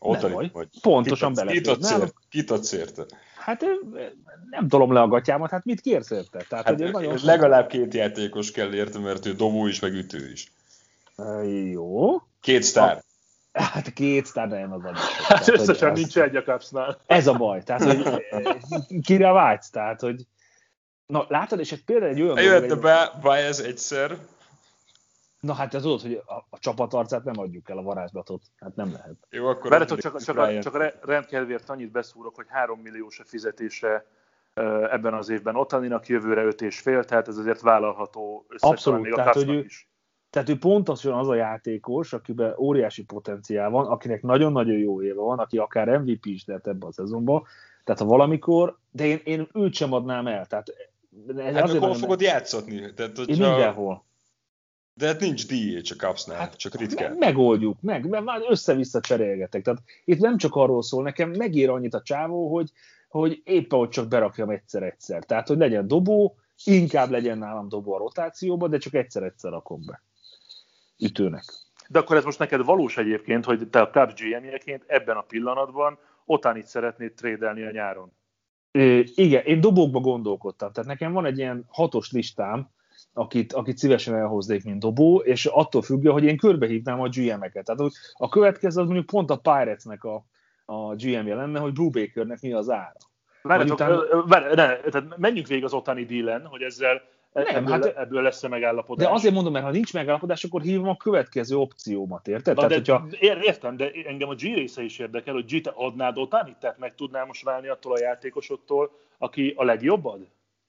S6: Ottani vagy.
S5: Pontosan belefér.
S6: Kit adsz érte?
S5: Hát nem tolom le a gatyámat, hát mit kérsz érte? Tehát,
S6: hát
S5: nagyon
S6: legalább 2 játékos kell érte, mert ő dobó is, meg ütő is.
S5: Jó.
S6: 2 sztár.
S5: Hát 2 sztár nem az adott.
S4: Hát összesen nincs egy a Cubsnál.
S5: Ez a baj. Tehát, hogy kire vágysz? Tehát, hogy... Na, látod, és például egy olyan...
S6: Jöhetne Baez egyszer.
S5: Na hát ez tudod, hogy a csapatarcát nem adjuk el, a varázslatot. Hát nem lehet.
S6: Jó, akkor...
S4: Várjátok, csak a rendkedvéért annyit beszúrok, hogy 3 milliós a fizetése ebben az évben Ohtaninak, jövőre 5,5, tehát ez azért vállalható
S5: Abszolút,
S4: még a Cubsnak is.
S5: Tehát ő pontosan az a játékos, akiben óriási potenciál van, akinek nagyon-nagyon jó éve van, aki akár MVP is lehet ebben a szezonban. Tehát ha valamikor, de én őt sem adnám el. Tehát
S6: hát hol fogod játszatni? Tehát,
S5: én mindenhol.
S6: De hát nincs DH a Cubsnál, hát csak ritkán.
S5: Megoldjuk, mert már össze-vissza cserélgetek. Tehát itt nem csak arról szól, nekem megér annyit a csávó, hogy éppen ott csak berakjam egyszer-egyszer. Tehát, hogy legyen dobó, inkább legyen nálam dobó a rotációba, de csak egyszer-egyszer rakom be ütőnek.
S4: De akkor ez most neked valós egyébként, hogy te a Cubs GM-jeként ebben a pillanatban Ottanit szeretnéd trédelni a nyáron?
S5: Igen, én dobókba gondolkodtam. Tehát nekem van egy ilyen 6-os listám, akit szívesen elhoznék, mint dobó, és attól függő, hogy én körbehívnám a GM-eket. Tehát a következő az mondjuk pont a Pirates-nek a GM-je lenne, hogy Brubakernek mi az ára.
S4: Tehát menjünk végig az Ohtani dealen, hogy ebből lesz-e megállapodás.
S5: De azért mondom, mert ha nincs megállapodás, akkor hívom a következő opciómat, érted?
S4: Értem, de engem a G része is érdekel, hogy G, te adnád Ottanit? Tehát meg tudnál most válni attól a játékosodtól, aki a legjobbad?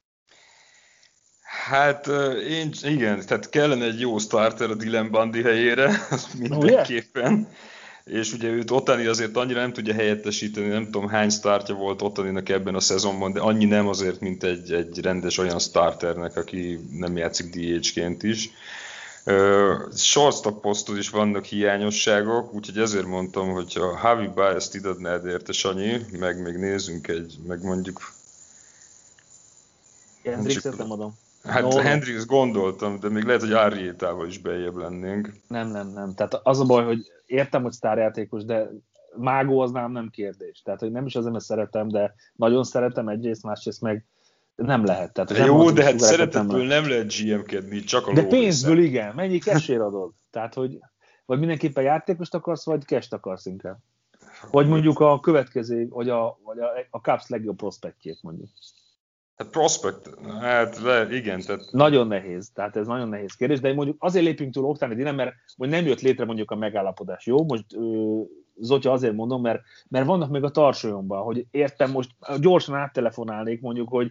S6: Hát igen, tehát kellene egy jó starter a Dylan Bundy helyére, mindenképpen. És ugye őt Ohtani azért annyira nem tudja helyettesíteni, nem tudom hány startja volt Ohtaninak ebben a szezonban, de annyi nem azért, mint egy rendes olyan starternek, aki nem játszik DH-ként is. Shortstop poszton is vannak hiányosságok, úgyhogy ezért mondtam, hogy ha Javi Baez-t idadnád érte, Sanyi, meg még nézzünk meg mondjuk...
S5: Hendrixet nem adom.
S6: Hát Hendrix gondoltam, de még lehet, hogy Arrietával is beljebb lennénk.
S5: Nem. Tehát az a baj, hogy értem, hogy sztárjátékos, de mágó az nem kérdés. Tehát, hogy nem is azért, mert szeretem, de nagyon szeretem egyrészt, másrészt meg nem lehet. Tehát,
S6: jó, de hát szeretetből nem lehet GM-kedni, csak a
S5: de pénzből igen, mennyi cashért adod? Tehát, hogy vagy mindenképpen játékost akarsz, vagy cash-t akarsz inkább. Vagy mondjuk a következő, vagy a Cubs legjobb prospektjét mondjuk.
S6: Hát prospect, igen. Tehát...
S5: Nagyon nehéz, tehát ez nagyon nehéz kérdés, de mondjuk azért lépünk túl Ohtani Dylan, mert hogy nem jött létre mondjuk a megállapodás. Jó, most Zotya azért mondom, mert vannak még a tarsolyomban, hogy értem, most gyorsan áttelefonálnék mondjuk, hogy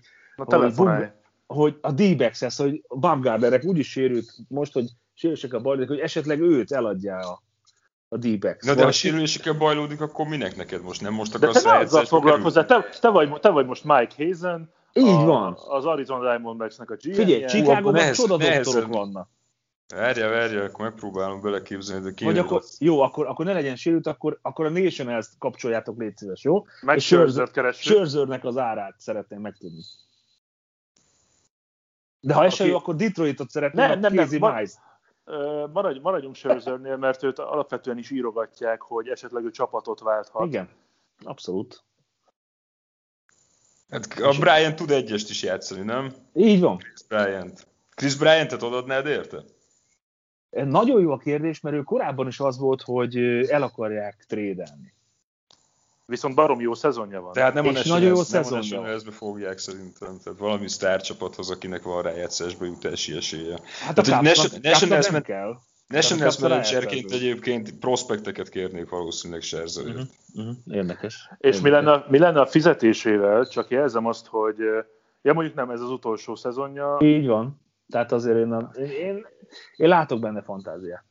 S5: a D-backs-hez, hogy Bumgarnerek úgyis sérült most, hogy sérülések a bajlódik, hogy esetleg őt eladja a D-backs.
S6: Na de ha sérülésekkel bajlódik, akkor minek neked most? Nem most
S4: akarsz rá egyszer foglalkozni. Te vagy most Mike Hazen,
S5: így van.
S4: Az Arizona Diamondbacks-nek a GM-je.
S5: Figyelj, Chicagóban csodadoktorok vannak.
S6: Várja, akkor megpróbálom beleképzelni, de
S5: vagy akkor ne legyen sérült, akkor a Nationals kapcsoljátok, légy szíves, jó?
S4: Meg Scherzert keressük.
S5: Scherzernek az árát szeretném megtudni. De ha esetleg, akkor Detroitot szeretném, a Casey Mize.
S4: Maradjunk Scherzernél, mert őt alapvetően is írogatják, hogy esetleg ő csapatot válthat.
S5: Igen, abszolút.
S6: Hát a Bryant tud egyest is játszani, nem?
S5: Így van.
S6: Chris Bryant-et odadnád érte?
S5: Nagyon jó a kérdés, mert ő korábban is az volt, hogy el akarják trédelni.
S4: Viszont barom jó szezonja van.
S6: Tehát nem a Nationals-be fogják szerintem. Tehát valami sztárcsapathoz, akinek van rájátszásba jutási esélye.
S5: Hát a Nationals nem kell.
S6: Nationals managerként egyébként prospekteket kérnék valószínűleg Scherzerért.
S5: Érdekes.
S4: És mi lenne a fizetésével? Csak jelzem azt, hogy mondjuk nem ez az utolsó szezonja.
S5: Így van. Tehát azért én látok benne fantáziát.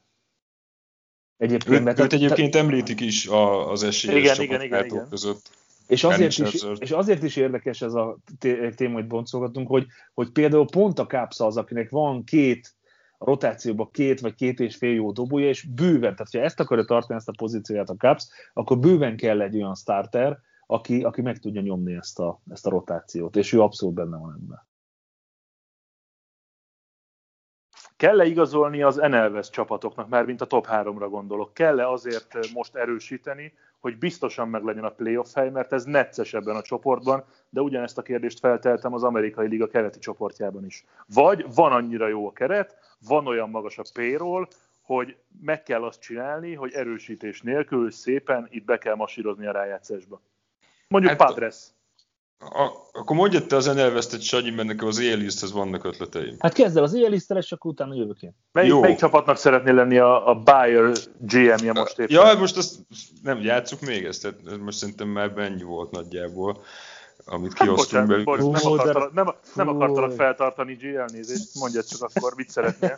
S6: Őt egyébként említik is az esélyes csapatátok között.
S5: És azért is érdekes ez a téma, hogy boncolgatunk, hogy például pont a Cubs az, akinek van a rotációban 2 vagy 2,5 jó dobója, és bőven, tehát ha ezt akarja tartani, ezt a pozícióját a Cubs, akkor bőven kell egy olyan starter, aki meg tudja nyomni ezt a rotációt, és ő abszolút benne van ebben.
S4: Kell-e igazolni az NL West csapatoknak, már mint a top 3-ra gondolok? Kell-e azért most erősíteni, hogy biztosan meg legyen a playoff hely, mert ez necces ebben a csoportban, de ugyanezt a kérdést felteltem az amerikai liga keleti csoportjában is. Vagy van annyira jó a keret, van olyan magas a payroll, hogy meg kell azt csinálni, hogy erősítés nélkül szépen itt be kell masírozni a rájátszásba. Mondjuk Padres.
S6: Akkor mondjad te az NL-vesztett, Sanyi, mert nekem az AL-liszthez vannak ötleteim.
S5: Hát kezd el az AL-liszttel, és akkor utána jövök én.
S4: Melyik csapatnak szeretnél lenni a Bayer GM-je most éppen?
S6: Ja, most azt nem játsszuk még ezt, tehát most szerintem már ennyi volt nagyjából, amit kiosztunk belőle.
S4: Bocsánat, nem akartalak feltartani elnézést, mondjad csak akkor, mit szeretnél.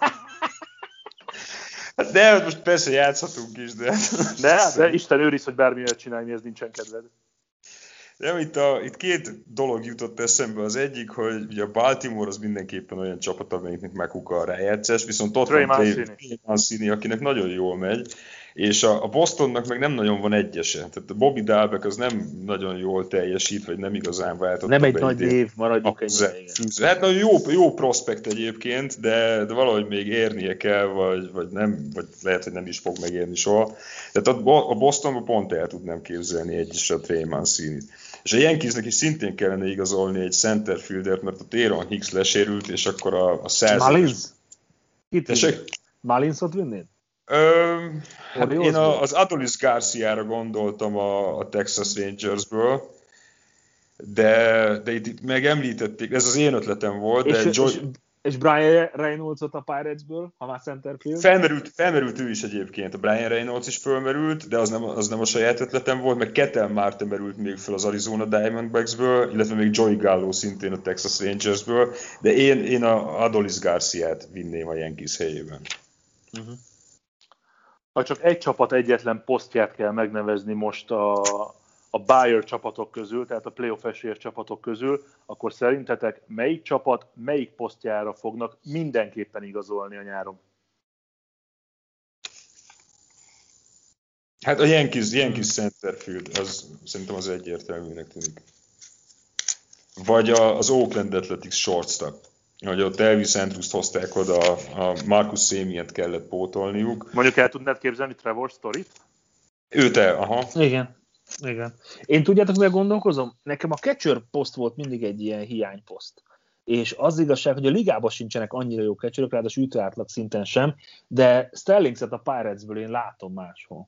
S6: Hát de most persze játszhatunk is, de...
S4: De Isten őriz, hogy bármilyen csinálni, ez nincsen kedved.
S6: De itt két dolog jutott eszembe. Az egyik, hogy ugye a Baltimore az mindenképpen olyan csapat, amelyiknek meghúka a rájátszás, viszont ott van Trey Mancini, akinek nagyon jól megy, és a Bostonnak meg nem nagyon van egyese. Tehát a Bobby Dalbec az nem nagyon jól teljesít, vagy nem igazán váltott.
S5: Nem egy nagy név, maradjuk ennyi.
S6: Hát nagyon jó prospekt egyébként, de valahogy még érnie kell, vagy lehet, hogy nem is fog megérni soha. Tehát a Bostonban pont el tudnám képzelni egyes a Trey Mancini-t. És a Yankeesnek is szintén kellene igazolni egy centerfieldert, mert a Aaron Hicks lesérült, és akkor a
S5: Mullins? Mullinsot vinnéd?
S6: Hát én az Adolis Garciára gondoltam a Texas Rangersből, de itt megemlítették, ez az én ötletem volt, de
S5: és Brian Reynoldsot a Piratesből, ha már centerfield?
S6: Felmerült ő is egyébként, a Brian Reynolds is fölmerült, de az nem a saját ötletem volt, meg Ketel Marte merült még föl az Arizona Diamondbacksből, illetve még Joey Gallo szintén a Texas Rangersből, de én a Adolis Garciát vinném a Yankees helyében.
S4: Ha csak egy csapat egyetlen posztját kell megnevezni most a Bayer csapatok közül, tehát a playoff esélyes csapatok közül, akkor szerintetek melyik csapat melyik posztjára fognak mindenképpen igazolni a nyáron?
S6: Hát a Yankees centerfield, az szerintem az egyértelműnek tűnik. Vagy az Oakland Athletics shortstop. Hogy ott Elvis Andrust hozták oda, a Marcus Semient kellett pótolniuk.
S4: Mondjuk el tudnád képzelni Trevor Storyt?
S6: Aha.
S5: Igen. Én tudjátok, mivel gondolkozom? Nekem a catcher poszt volt mindig egy ilyen hiányposzt. És az igazság, hogy a ligában sincsenek annyira jó catcherök, ráadásul ütőátlag szinten sem, de Sterlingset a Piratesből én látom máshol.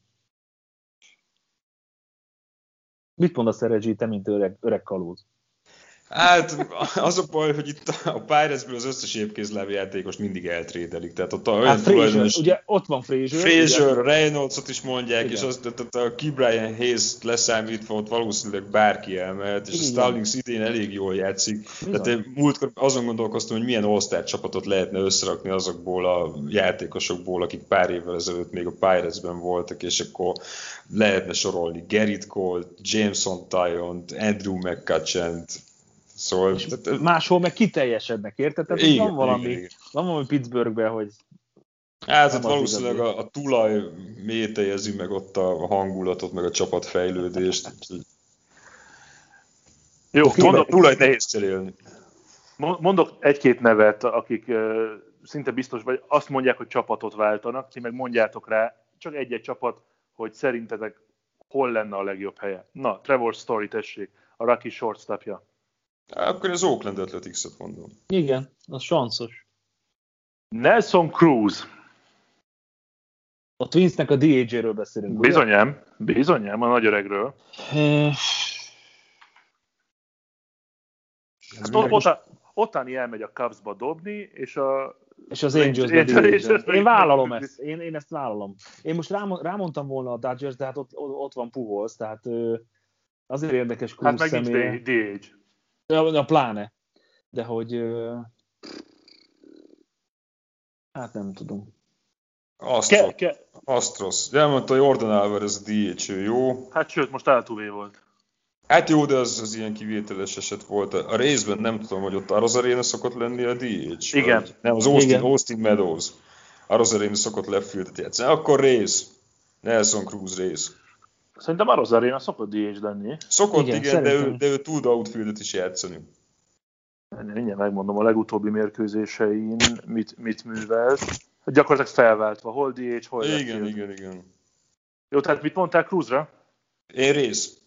S5: Mit mondasz erre, G, te, mint öreg kalóz?
S6: Hát az a baj, hogy itt a Piratesből az összes épkézlábjátékos mindig eltrédelik. Tehát ott
S5: ugye ott van Frazier.
S6: Frazier, Reynoldsot is mondják, igen. És azt a Ke'Bryan Hayes-t leszámítva ott valószínűleg bárki elmehet, és igen. A Stallings idén elég jól játszik. Tehát múltkor azon gondolkoztam, hogy milyen All-Star csapatot lehetne összerakni azokból a játékosokból, akik pár évvel ezelőtt még a Piratesben voltak, és akkor lehetne sorolni Gerrit Cole-t, Jameson Tyont, Andrew McCutcheon-t. Szóval,
S5: máshol meg kiteljesednek, érted? Tehát van valami Pittsburghben, hogy...
S6: Hát ott valószínűleg a tulaj métejezi meg ott a hangulatot, meg a csapatfejlődést.
S4: Jó,
S6: a tulaj nehéz cserélni.
S4: Mondok egy-két nevet, akik szinte biztos, vagy azt mondják, hogy csapatot váltanak, ti meg mondjátok rá, csak egy-egy csapat, hogy szerintetek hol lenne a legjobb helye. Na, Trevor Story, tessék, a Rocky shortstopja.
S6: Akkor az Oakland Athletics-et mondom.
S5: Igen, az sanszos.
S4: Nelson Cruz.
S5: A Twinsnek a DH-ről beszélünk.
S4: Bizonyám, a nagy öregről. Ottáni elmegy a Cubsba dobni, és
S5: az Angels. Én vállalom ezt. Én ezt vállalom. Én most rámondtam volna a Dodgers, de hát ott van Pujols, tehát azért érdekes Cruz
S4: személye. Hát meg nincs DH.
S5: Ja, pláne. De hogy... hát nem tudom.
S6: Astros. De elmondta, hogy Jordan Alvarez a DH, jó.
S4: Hát sőt, most Altuve volt.
S6: Hát jó, de az ilyen kivételes eset volt. A részben nem tudom, hogy ott Arozarena szokott lenni a DH.
S4: Igen.
S6: Vagy, nem, az Austin Meadows. Arozarena szokott left fieldet játszani. Akkor rész. Nelson Cruz rész.
S4: Szerintem Arozarena szokott DH lenni.
S6: Szokott, igen, de ő tud outfieldet is játszani.
S4: Mindjárt megmondom, a legutóbbi mérkőzésein mit művelt. Gyakorlatilag felváltva, hol DH, hol
S6: igen.
S4: Jó, tehát mit mondtál Cruzra?
S6: Én Rész.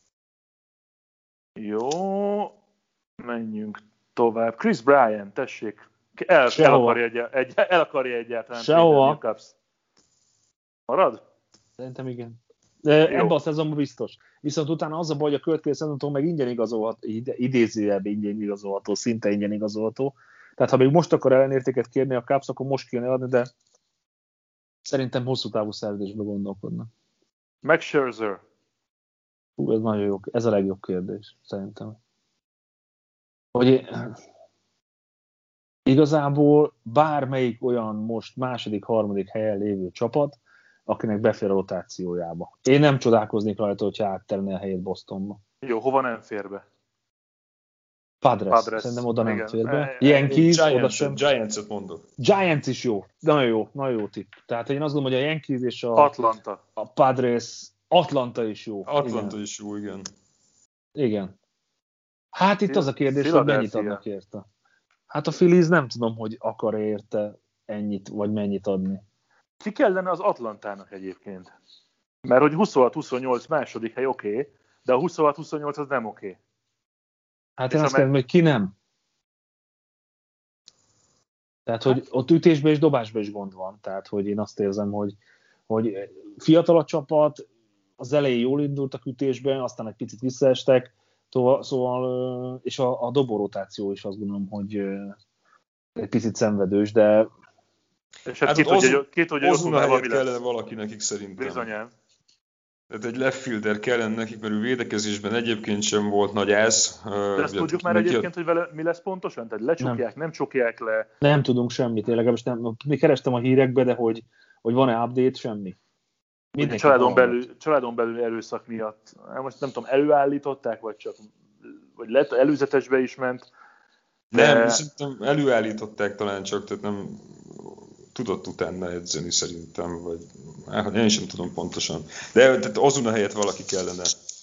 S4: Jó, menjünk tovább. Chris Bryant, tessék. El akarja egyáltalán
S5: Sehova.
S4: a Cubs. Marad?
S5: Szerintem igen. De ebben a szezonban biztos. Viszont utána az a baj, hogy a következő szezontól meg ingyen igazolható, idézőjelben ingyen igazolható, szinte ingyen igazolható. Tehát ha még most akar ellenértéket kérni a Cubs, akkor most kéne adni, de szerintem hosszú távú szerződésbe gondolkodnak.
S4: Max Scherzer.
S5: Ez nagyon jó, ez a legjobb kérdés, szerintem. Hogy igazából bármelyik olyan most második, harmadik helyen lévő csapat, akinek befér a rotációjába. Én nem csodálkoznék rajta, hogyha átterné a helyét Bostonba.
S4: Jó, hova nem fér be?
S5: Padres. Szerintem oda nem fér be. Yankees, oda sem.
S6: Giants-et mondok.
S5: Giants is jó. Nagyon jó tipp. Tehát én azt gondolom, hogy a Yankees és a Padres, Atlanta is jó.
S6: Atlanta is jó, igen.
S5: Igen. Hát itt az a kérdés, hogy mennyit adnak érte. Hát a Phillies nem tudom, hogy akar érte ennyit, vagy mennyit adni.
S4: Ki kellene az Atlantának egyébként? Mert hogy 26-28 második hely oké, de a 26-28 az nem oké.
S5: Hát én azt kérdem, hogy ki nem. Tehát, hogy ott ütésben és dobásban is gond van. Tehát, hogy én azt érzem, hogy fiatal a csapat, az elején jól indultak ütésben, aztán egy picit visszaestek, szóval, és a dobórotáció is azt gondolom, hogy egy picit szenvedős, de...
S4: És hát két tudja,
S6: Ozuna helyett kellene valaki nekik szerintem.
S4: Bizonyán.
S6: Tehát egy left fielder kellene nekik, mert ő védekezésben egyébként sem volt nagy ász.
S4: De ezt tudjuk már egyébként, hogy vele mi lesz pontosan? Tehát lecsukják, nem csukják le?
S5: Nem tudunk semmit, én legalábbis nem. Mi kerestem a hírekbe, de hogy van-e update, semmi.
S4: Családon belül erőszak miatt. Most nem tudom, előállították, vagy csak vagy előzetesbe is ment.
S6: De... Nem, szerintem előállították talán csak, tehát nem tudott utána edzeni szerintem, vagy én sem tudom pontosan. De tehát Ozuna helyett valaki kellene.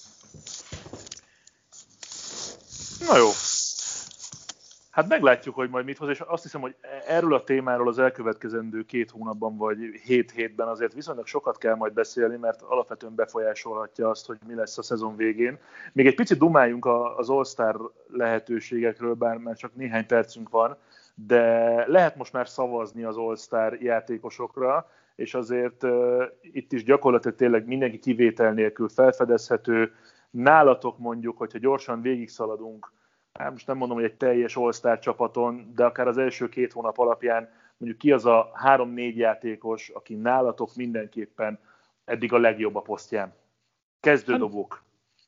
S4: Na jó. Hát meglátjuk, hogy majd mit hoz, és azt hiszem, hogy erről a témáról az elkövetkezendő 2 hónapban vagy 7 hétben azért viszonylag sokat kell majd beszélni, mert alapvetően befolyásolhatja azt, hogy mi lesz a szezon végén. Még egy picit dumáljunk az All-Star lehetőségekről, bár már csak néhány percünk van, de lehet most már szavazni az All-Star játékosokra, és azért itt is gyakorlatilag tényleg mindenki kivétel nélkül felfedezhető. Nálatok mondjuk, hogyha gyorsan végigszaladunk, most nem mondom, hogy egy teljes All-Star csapaton, de akár az első 2 hónap alapján mondjuk ki az a 3-4 játékos, aki nálatok mindenképpen eddig a legjobb a posztján. Kezdődobók.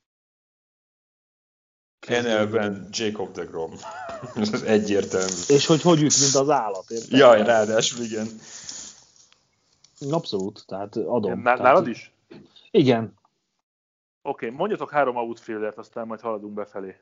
S6: NL-ben Jacob deGrom. Ez egyértelmű.
S5: És hogy üt, mint az állat. Érted?
S6: Jaj, ráadásul igen.
S5: Abszolút, tehát adom.
S4: Nálad is?
S5: Igen.
S4: Oké, mondjatok 3 outfieldert, aztán majd haladunk befelé.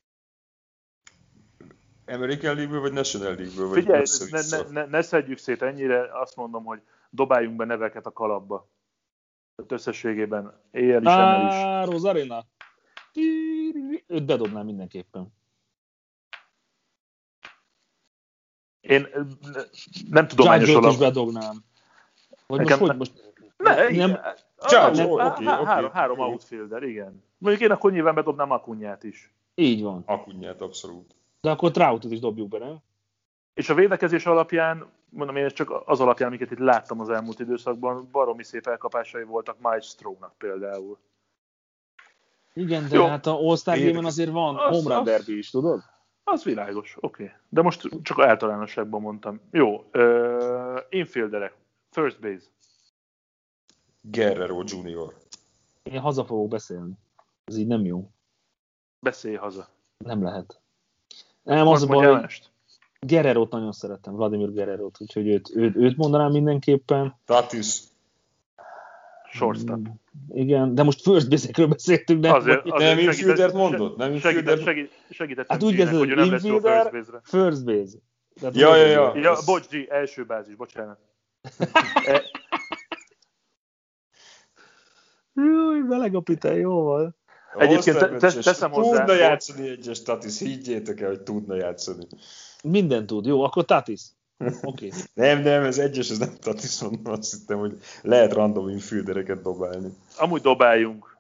S6: American League-ből vagy National League-ből?
S4: Figyelj, ne szedjük szét ennyire, azt mondom, hogy dobáljunk be neveket a kalapba. Tehát összességében éjjel is, ennel is.
S5: Rosarina. Őt bedobnám mindenképpen.
S4: Én nem tudományos
S5: alap. Is bedobnám. Vagy most...
S4: Három outfielder, igen. Mondjuk én akkor nyilván bedobnám Acuñát is.
S5: Így van.
S6: Acuñát, abszolút.
S5: De akkor Troutot is dobjuk be, nem?
S4: És a védekezés alapján, mondom én, csak az alapján, amiket itt láttam az elmúlt időszakban, baromi szép elkapásai voltak Maestro-nak például.
S5: Igen, de jó. Hát a All-Star Game-en azért van home run derby is, tudod?
S4: Az világos, oké. De most csak általánosságban mondtam. Jó, infielderek, first base.
S6: Guerrero Jr.
S5: Én haza fogok beszélni. Ez így nem jó.
S4: Beszélj haza.
S5: Nem lehet. Nem, az a baj, hogy Guerrero-t nagyon szeretem, Vladimir Guerrero-t, úgyhogy őt mondanám mindenképpen.
S6: Tatis.
S4: Shortstop.
S5: Igen, de most first base-ekről beszéltünk, de
S6: nem infieldert mondott? Nem
S4: segítettem
S5: hát úgy
S4: G-nek, hogy ő nem lesz jó first base-re.
S5: First base.
S4: Ja, bocs, G, első bázis, bocsánat.
S5: Júj, meleg a pite, jó van.
S4: Egyébként teszem hozzá...
S6: Tudna játszani egyes Tatis, higgyétek el, hogy tudna játszani.
S5: Minden tud, jó, akkor Tatis. Okay.
S6: Nem, ez egyes, ez nem Tatis, mondom, azt hittem, hogy lehet random infieldereket dobálni.
S4: Amúgy dobáljunk.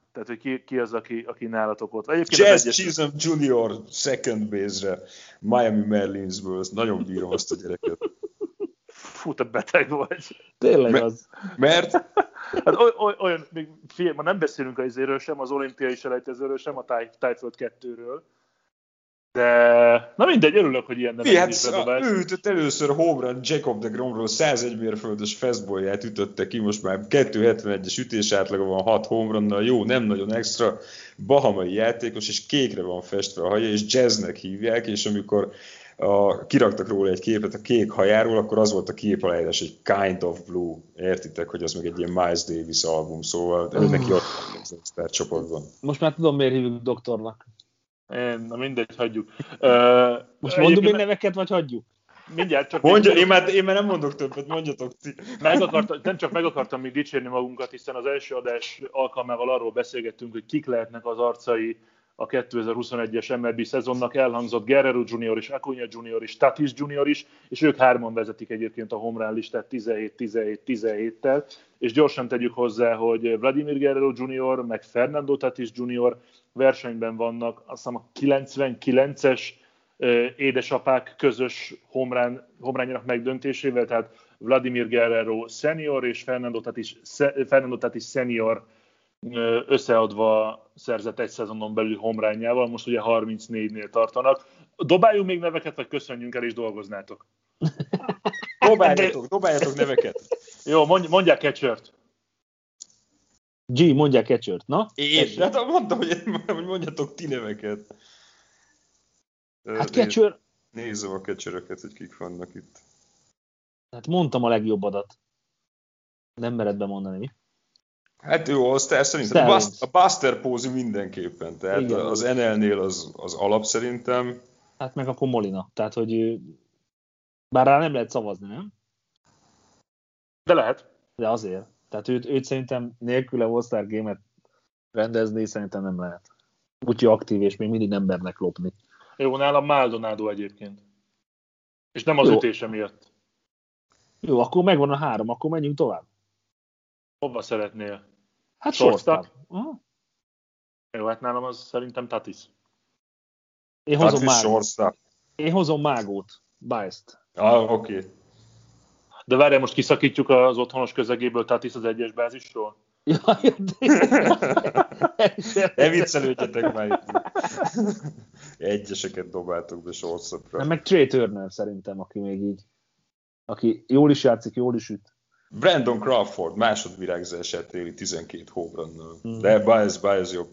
S4: Tehát, hogy ki az, aki nálatok ott.
S6: Jazz Chisholm Jr. second base-re, Miami Marlinsből, nagyon bírom azt a gyereket.
S4: Fú, te beteg vagy.
S5: Tényleg az.
S6: Mert?
S4: Hát olyan, még figyelj, ma nem beszélünk az izéről sem, az olimpiai selejtezőről sem, a Tájföld 2-ről. De, na mindegy, örülök, hogy ilyen neveket is bedobálsz.
S6: Ő ütött először home run Jacob deGromról 101 mérföldes fastballját ütötte ki, most már 271-es ütés átlaga van 6 home runnal, jó, nem nagyon extra, bahamai játékos, és kékre van festve a haja, és Jazznek hívják, és amikor kiraktak róla egy képet a kék hajáról, akkor az volt a kép aláírás, egy Kind of Blue, értitek, hogy az meg egy ilyen Miles Davis album, szóval ő neki ott az All-Star csoportban.
S5: Most már tudom, miért hívjuk doktornak.
S4: Na mindegy, hagyjuk.
S5: Most mondjuk még neveket, vagy hagyjuk?
S4: Mindjárt csak...
S6: Mondja, én már nem mondok többet, mondjatok ti.
S4: Nem csak meg akartam még dicsérni magunkat, hiszen az első adás alkalmával arról beszélgettünk, hogy kik lehetnek az arcai a 2021-es MLB szezonnak. Elhangzott Guerrero Jr. és Acuna Jr. és Tatis Jr. is, és ők hárman vezetik egyébként a home run listát 17-17-17-tel, és gyorsan tegyük hozzá, hogy Vladimir Guerrero Jr. meg Fernando Tatis Jr. versenyben vannak, azt hiszem a 99-es édesapák közös home runjának megdöntésével, tehát Vladimir Guerrero Senior és Fernando Tatis Senior összeadva szerzett egy szezonon belül home runjával, most ugye 34-nél tartanak. Dobáljunk még neveket, vagy köszönjünk el és dolgoznátok?
S6: Dobáljatok neveket.
S4: Jó, mondják catchert.
S5: G, mondják catchert, na?
S6: Én? Hát mondtam, hogy mondjatok ti neveket.
S5: Hát catcher...
S6: Nézzem a catcheröket, hogy kik vannak itt.
S5: Hát mondtam a legjobbadat. Nem mered bemondani, mi?
S6: Hát jó, szerintem a Buster Posey mindenképpen, tehát igen, az NL-nél az alap szerintem.
S5: Hát meg akkor Molina, tehát hogy bár rá nem lehet szavazni, nem?
S4: De lehet.
S5: De azért. Tehát őt szerintem nélküle All-Star Game-et rendezni szerintem nem lehet. Úgyhogy aktív, és még mindig nem mernek lopni.
S4: Jó, nálam Maldonado egyébként. És nem az ütése miatt.
S5: Jó, akkor megvan a 3, akkor menjünk tovább.
S4: Hova szeretnél?
S5: Hát shortstop.
S4: Jó, hát nálam az szerintem Tatis.
S5: Én hozom Mágót, Biased.
S6: Oké.
S4: De várjál, most kiszakítjuk az otthonos közegéből Tatis az egyes bázisról?
S6: Ne viccelődjetek már itt. Egyeseket dobáltok be shortstopra.
S5: Nem, meg Trey Turner szerintem, aki még így, aki jól is játszik, jól is üt.
S6: Brandon Crawford másodvirágzását éli 12 home runnal. De Baez jobb.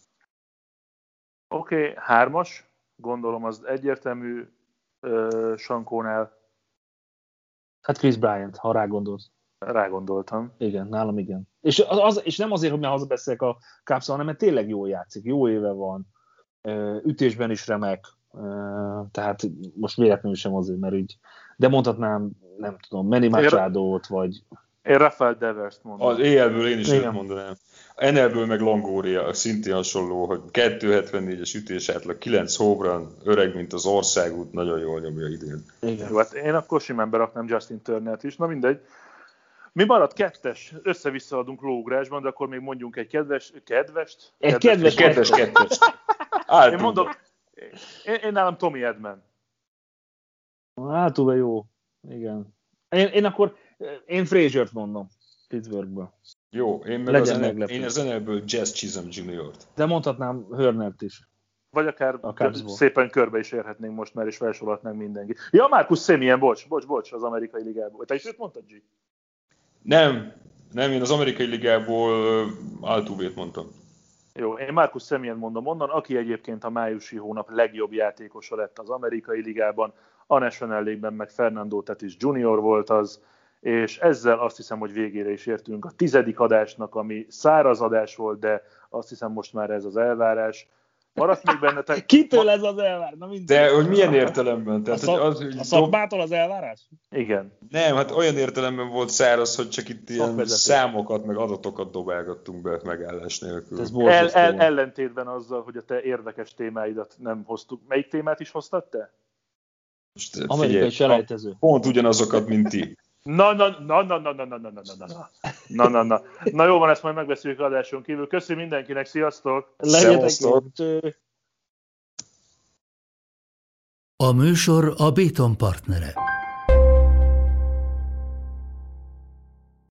S4: Oké, 3-as. Gondolom az egyértelmű Sankónál.
S5: Hát Chris Bryant, ha rágondolsz.
S4: Rágondoltam.
S5: Igen, nálam igen. És nem azért, hogy már hazabeszélek a Cubs-on, hanem mert tényleg jól játszik, jó éve van, ütésben is remek, tehát most véletlenül sem azért, mert úgy, de mondhatnám, nem tudom, Manny Machado-t, vagy...
S4: Én Rafael Devers-t mondom.
S6: Az EL-ből én is nem mondanám. NL-ből meg Longoria, szintén hasonló, hogy 274-es ütés átlag, 9 home run, öreg, mint az országút, nagyon jól nyomja idén.
S4: Igen. Jó, hát én akkor simán beraknám Justin Turnert is, na mindegy. Mi maradt 2-es? Össze-vissza adunk lóugrásban, de akkor még mondjunk egy kedvest.
S5: Egy kedves kettest.
S4: Én mondom, én nálam Tommy Edman.
S5: Hátulva jó. Igen. Én Fraziert mondom Pittsburghből.
S6: Jó, én meg az NL-ből Jazz Chisholm Jr.-t.
S5: De mondhatnám Hörnert is.
S4: Vagy akár szépen körbe is érhetnénk most már, és felsorolhatnánk mindenkit. Ja, Marcus Semien, bocs, az amerikai ligából. Te is őt mondtad, G?
S6: Nem, én az amerikai ligából Altuve-t mondtam.
S4: Jó, én Marcus Semien mondom onnan, aki egyébként a májusi hónap legjobb játékosa lett az amerikai ligában, a National League-ben meg Fernando Tatis Jr. volt az, és ezzel azt hiszem, hogy végére is értünk a 10. adásnak, ami száraz adás volt, de azt hiszem most már ez az elvárás. Maradt még bennetek...
S5: Kitől ez az elvárás?
S6: De hogy milyen értelemben? Tehát,
S5: a szakmától az elvárás?
S4: Igen.
S6: Nem, hát olyan értelemben volt száraz, hogy csak itt ilyen számokat, meg adatokat dobálgattunk be megállás nélkül.
S4: Ellentétben azzal, hogy a te érdekes témáidat nem hoztuk. Melyik témát is hoztad te?
S5: Amerikai selejtező.
S6: Pont ugyanazokat, mint ti.
S4: Na jó van, ezt majd megbeszéljük adáson kívül. Köszönöm mindenkinek, sziasztok!
S5: Legyetek
S1: A műsor a Béton partnere.